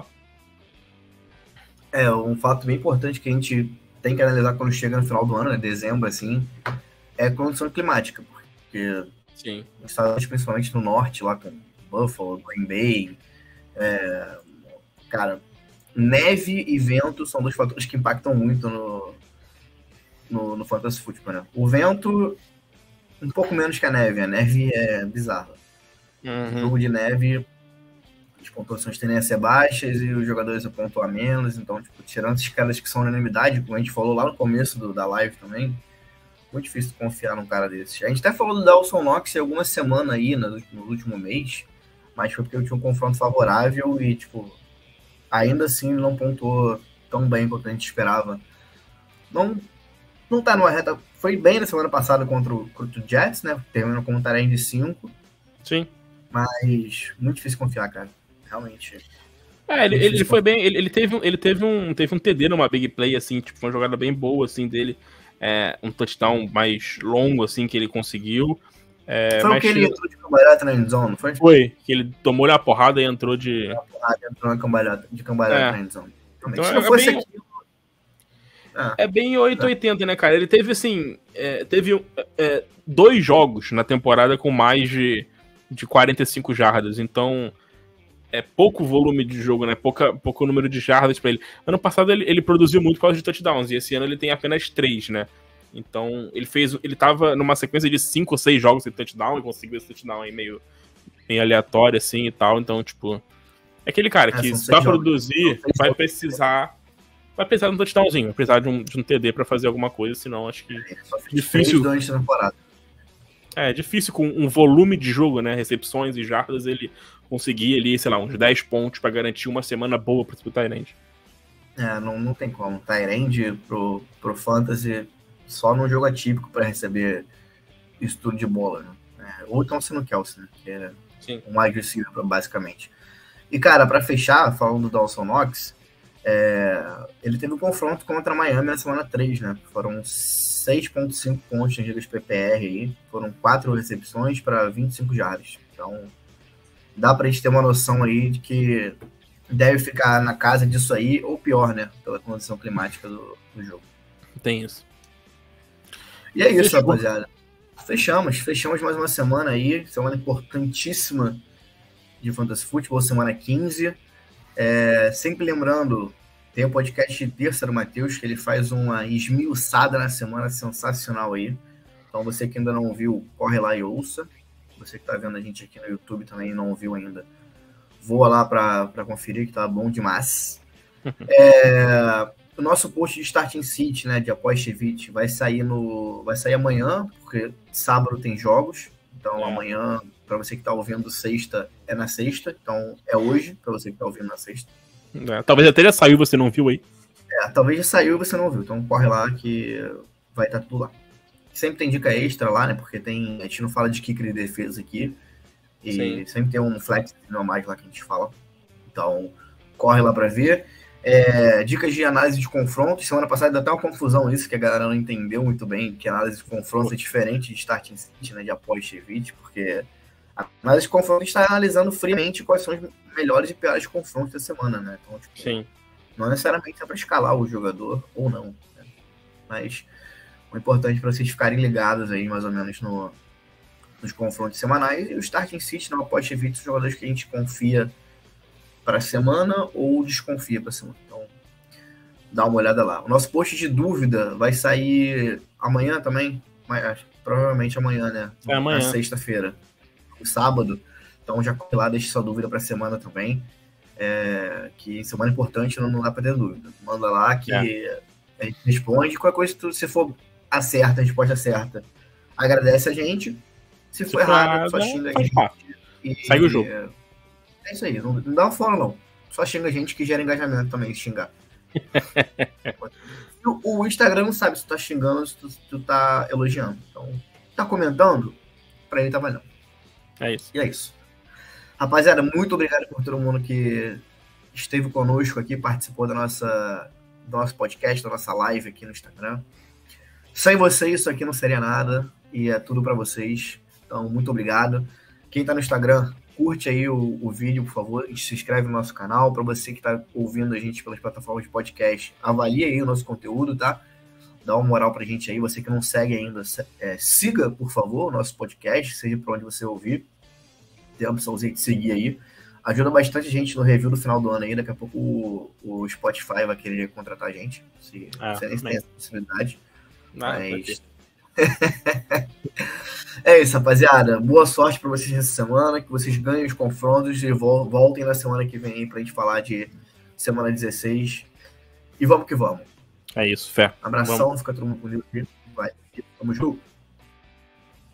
É, um fato bem importante que a gente tem que analisar quando chega no final do ano, né, dezembro, assim, é a condição climática, porque Sim. nos Estados Unidos, principalmente no norte, lá com Buffalo, Green Bay, é, cara, neve e vento são dois fatores que impactam muito no, no, no Fantasy Football, né? O vento, um pouco menos que a neve, a neve é bizarra. Uhum. O jogo de neve, as pontuações tendem a ser baixas e os jogadores a pontuar menos, então, tipo, tirando esses caras que são unanimidade, como a gente falou lá no começo do, da live também, muito difícil confiar num cara desses. A gente até falou do Dawson Knox em alguma semana aí, no, no último mês, mas foi porque eu tinha um confronto favorável e, tipo, ainda assim não pontuou tão bem quanto a gente esperava. Não, não tá numa reta... Foi bem na semana passada contra o, contra o Jets, né? Terminou com um tarém de cinco. Sim. Mas muito difícil confiar, cara. Realmente. É, ele, ele foi bem... Ele, ele, teve, ele teve, um, teve um T D numa big play, assim, tipo, uma jogada bem boa, assim, dele. É, um touchdown mais longo, assim, que ele conseguiu. É, foi o que ele entrou de cambalhota na endzone, não foi? Foi, que ele tomou a porrada e entrou de... A porrada entrou na cambalhota, de cambalhota é. na endzone. Então, se é, não fosse é bem, aquilo... Ah, é bem oitocentos e oitenta, né, cara? Ele teve, assim... É, teve é, dois jogos na temporada com mais de, de quarenta e cinco jardas. Então, é pouco volume de jogo, né? Pouca, pouco número de jardas pra ele. Ano passado, ele, ele produziu muito por causa de touchdowns. E esse ano ele tem apenas três, né? Então, ele fez. Ele tava numa sequência de cinco ou seis jogos de touchdown e conseguiu esse touchdown aí meio, meio aleatório, assim e tal. Então, tipo. É aquele cara que, é, pra produzir, vai precisar. Vai precisar de um touchdownzinho, vai precisar de um, de um T D pra fazer alguma coisa, senão acho que. É difícil. Durante a temporada. É difícil com um volume de jogo, né? Recepções e jardas, ele conseguir ali, sei lá, uns dez pontos pra garantir uma semana boa pro seu Tyrande. É, não, não tem como. Tyrande pro, pro Fantasy. Só num jogo atípico para receber isso tudo de bola, né? É, ou então sendo Kelsey, né? Que é Sim. um wide receiver, basicamente. E, cara, para fechar, falando do Dawson Knox, é, ele teve um confronto contra a Miami na semana três, né? Foram seis vírgula cinco pontos em ligas P P R aí, foram quatro recepções para vinte e cinco jardas. Então, dá pra gente ter uma noção aí de que deve ficar na casa disso aí, ou pior, né? Pela condição climática do, do jogo. Tem isso. E é isso, Fechou. rapaziada. Fechamos. Fechamos mais uma semana aí. Semana importantíssima de Fantasy Football, semana quinze. É, sempre lembrando, tem o podcast de terça do Matheus, que ele faz uma esmiuçada na semana sensacional aí. Então você que ainda não ouviu, corre lá e ouça. Você que tá vendo a gente aqui no YouTube também e não ouviu ainda, voa lá para conferir, que tá bom demais. É... O nosso post de Starting City, né, de Aposta-Vite, vai sair no, vai sair amanhã, porque sábado tem jogos. Então, é. amanhã, para você que está ouvindo sexta, é na sexta. Então, é hoje, para você que está ouvindo na sexta. É, talvez até já saiu, você não viu aí. É, talvez já saiu e você não viu. Então, corre lá que vai estar tá tudo lá. Sempre tem dica extra lá, né, porque tem, a gente não fala de kicker de defesa aqui. E Sim. sempre tem um flex a mais lá que a gente fala. Então, corre lá para ver. É, dicas de análise de confronto. Semana passada deu até uma confusão isso, que a galera não entendeu muito bem, que a análise de confronto é diferente de Starting City, né, de Aposta-Vite, porque a análise de confronto está analisando friamente quais são os melhores e piores confrontos da semana, né? Então, tipo, Sim. não necessariamente é para escalar o jogador ou não, né? Mas o importante é para vocês ficarem ligados aí, mais ou menos, no, nos confrontos semanais. E o Starting City, não Aposta-Vite, os jogadores que a gente confia para a semana ou desconfia para a semana. Então, dá uma olhada lá. O nosso post de dúvida vai sair amanhã também. mas, provavelmente amanhã, né? É amanhã. Na sexta-feira. O sábado. Então já corre lá, deixa sua dúvida pra semana também. É, que semana importante, não, não dá pra ter dúvida. Manda lá que é. a gente responde. Qualquer coisa, se se for acerta, a resposta certa, agradece a gente. Se, se for errado, só xinga a gente. E, segue o jogo. É, é isso aí, não, não dá uma fora não. Só xinga a gente que gera engajamento também, se xingar. o, o Instagram não sabe se tu tá xingando, se tu, se tu tá elogiando. Então, tá comentando, pra ele tá valendo. É isso. E é isso. Rapaziada, muito obrigado por todo mundo que esteve conosco aqui, participou da nossa, do nosso podcast, da nossa live aqui no Instagram. Sem vocês, isso aqui não seria nada, e é tudo pra vocês. Então, muito obrigado. Quem tá no Instagram, curte aí o, o vídeo, por favor, e se inscreve no nosso canal. Para você que tá ouvindo a gente pelas plataformas de podcast, avalie aí o nosso conteúdo, tá? Dá uma moral pra gente aí. Você que não segue ainda, é, siga, por favor, o nosso podcast, seja por onde você ouvir. Tem a opçãozinha de seguir aí. Ajuda bastante a gente no review do final do ano aí. Daqui a pouco o, o Spotify vai querer contratar a gente. Se ah, você nem tem essa possibilidade. Não, mas... É isso, rapaziada. Boa sorte pra vocês nessa semana. Que vocês ganhem os confrontos e voltem na semana que vem aí pra gente falar de semana dezesseis. E vamos que vamos. É isso, fé. Abração, vamos. fica todo mundo comigo aqui. Vai, tamo junto.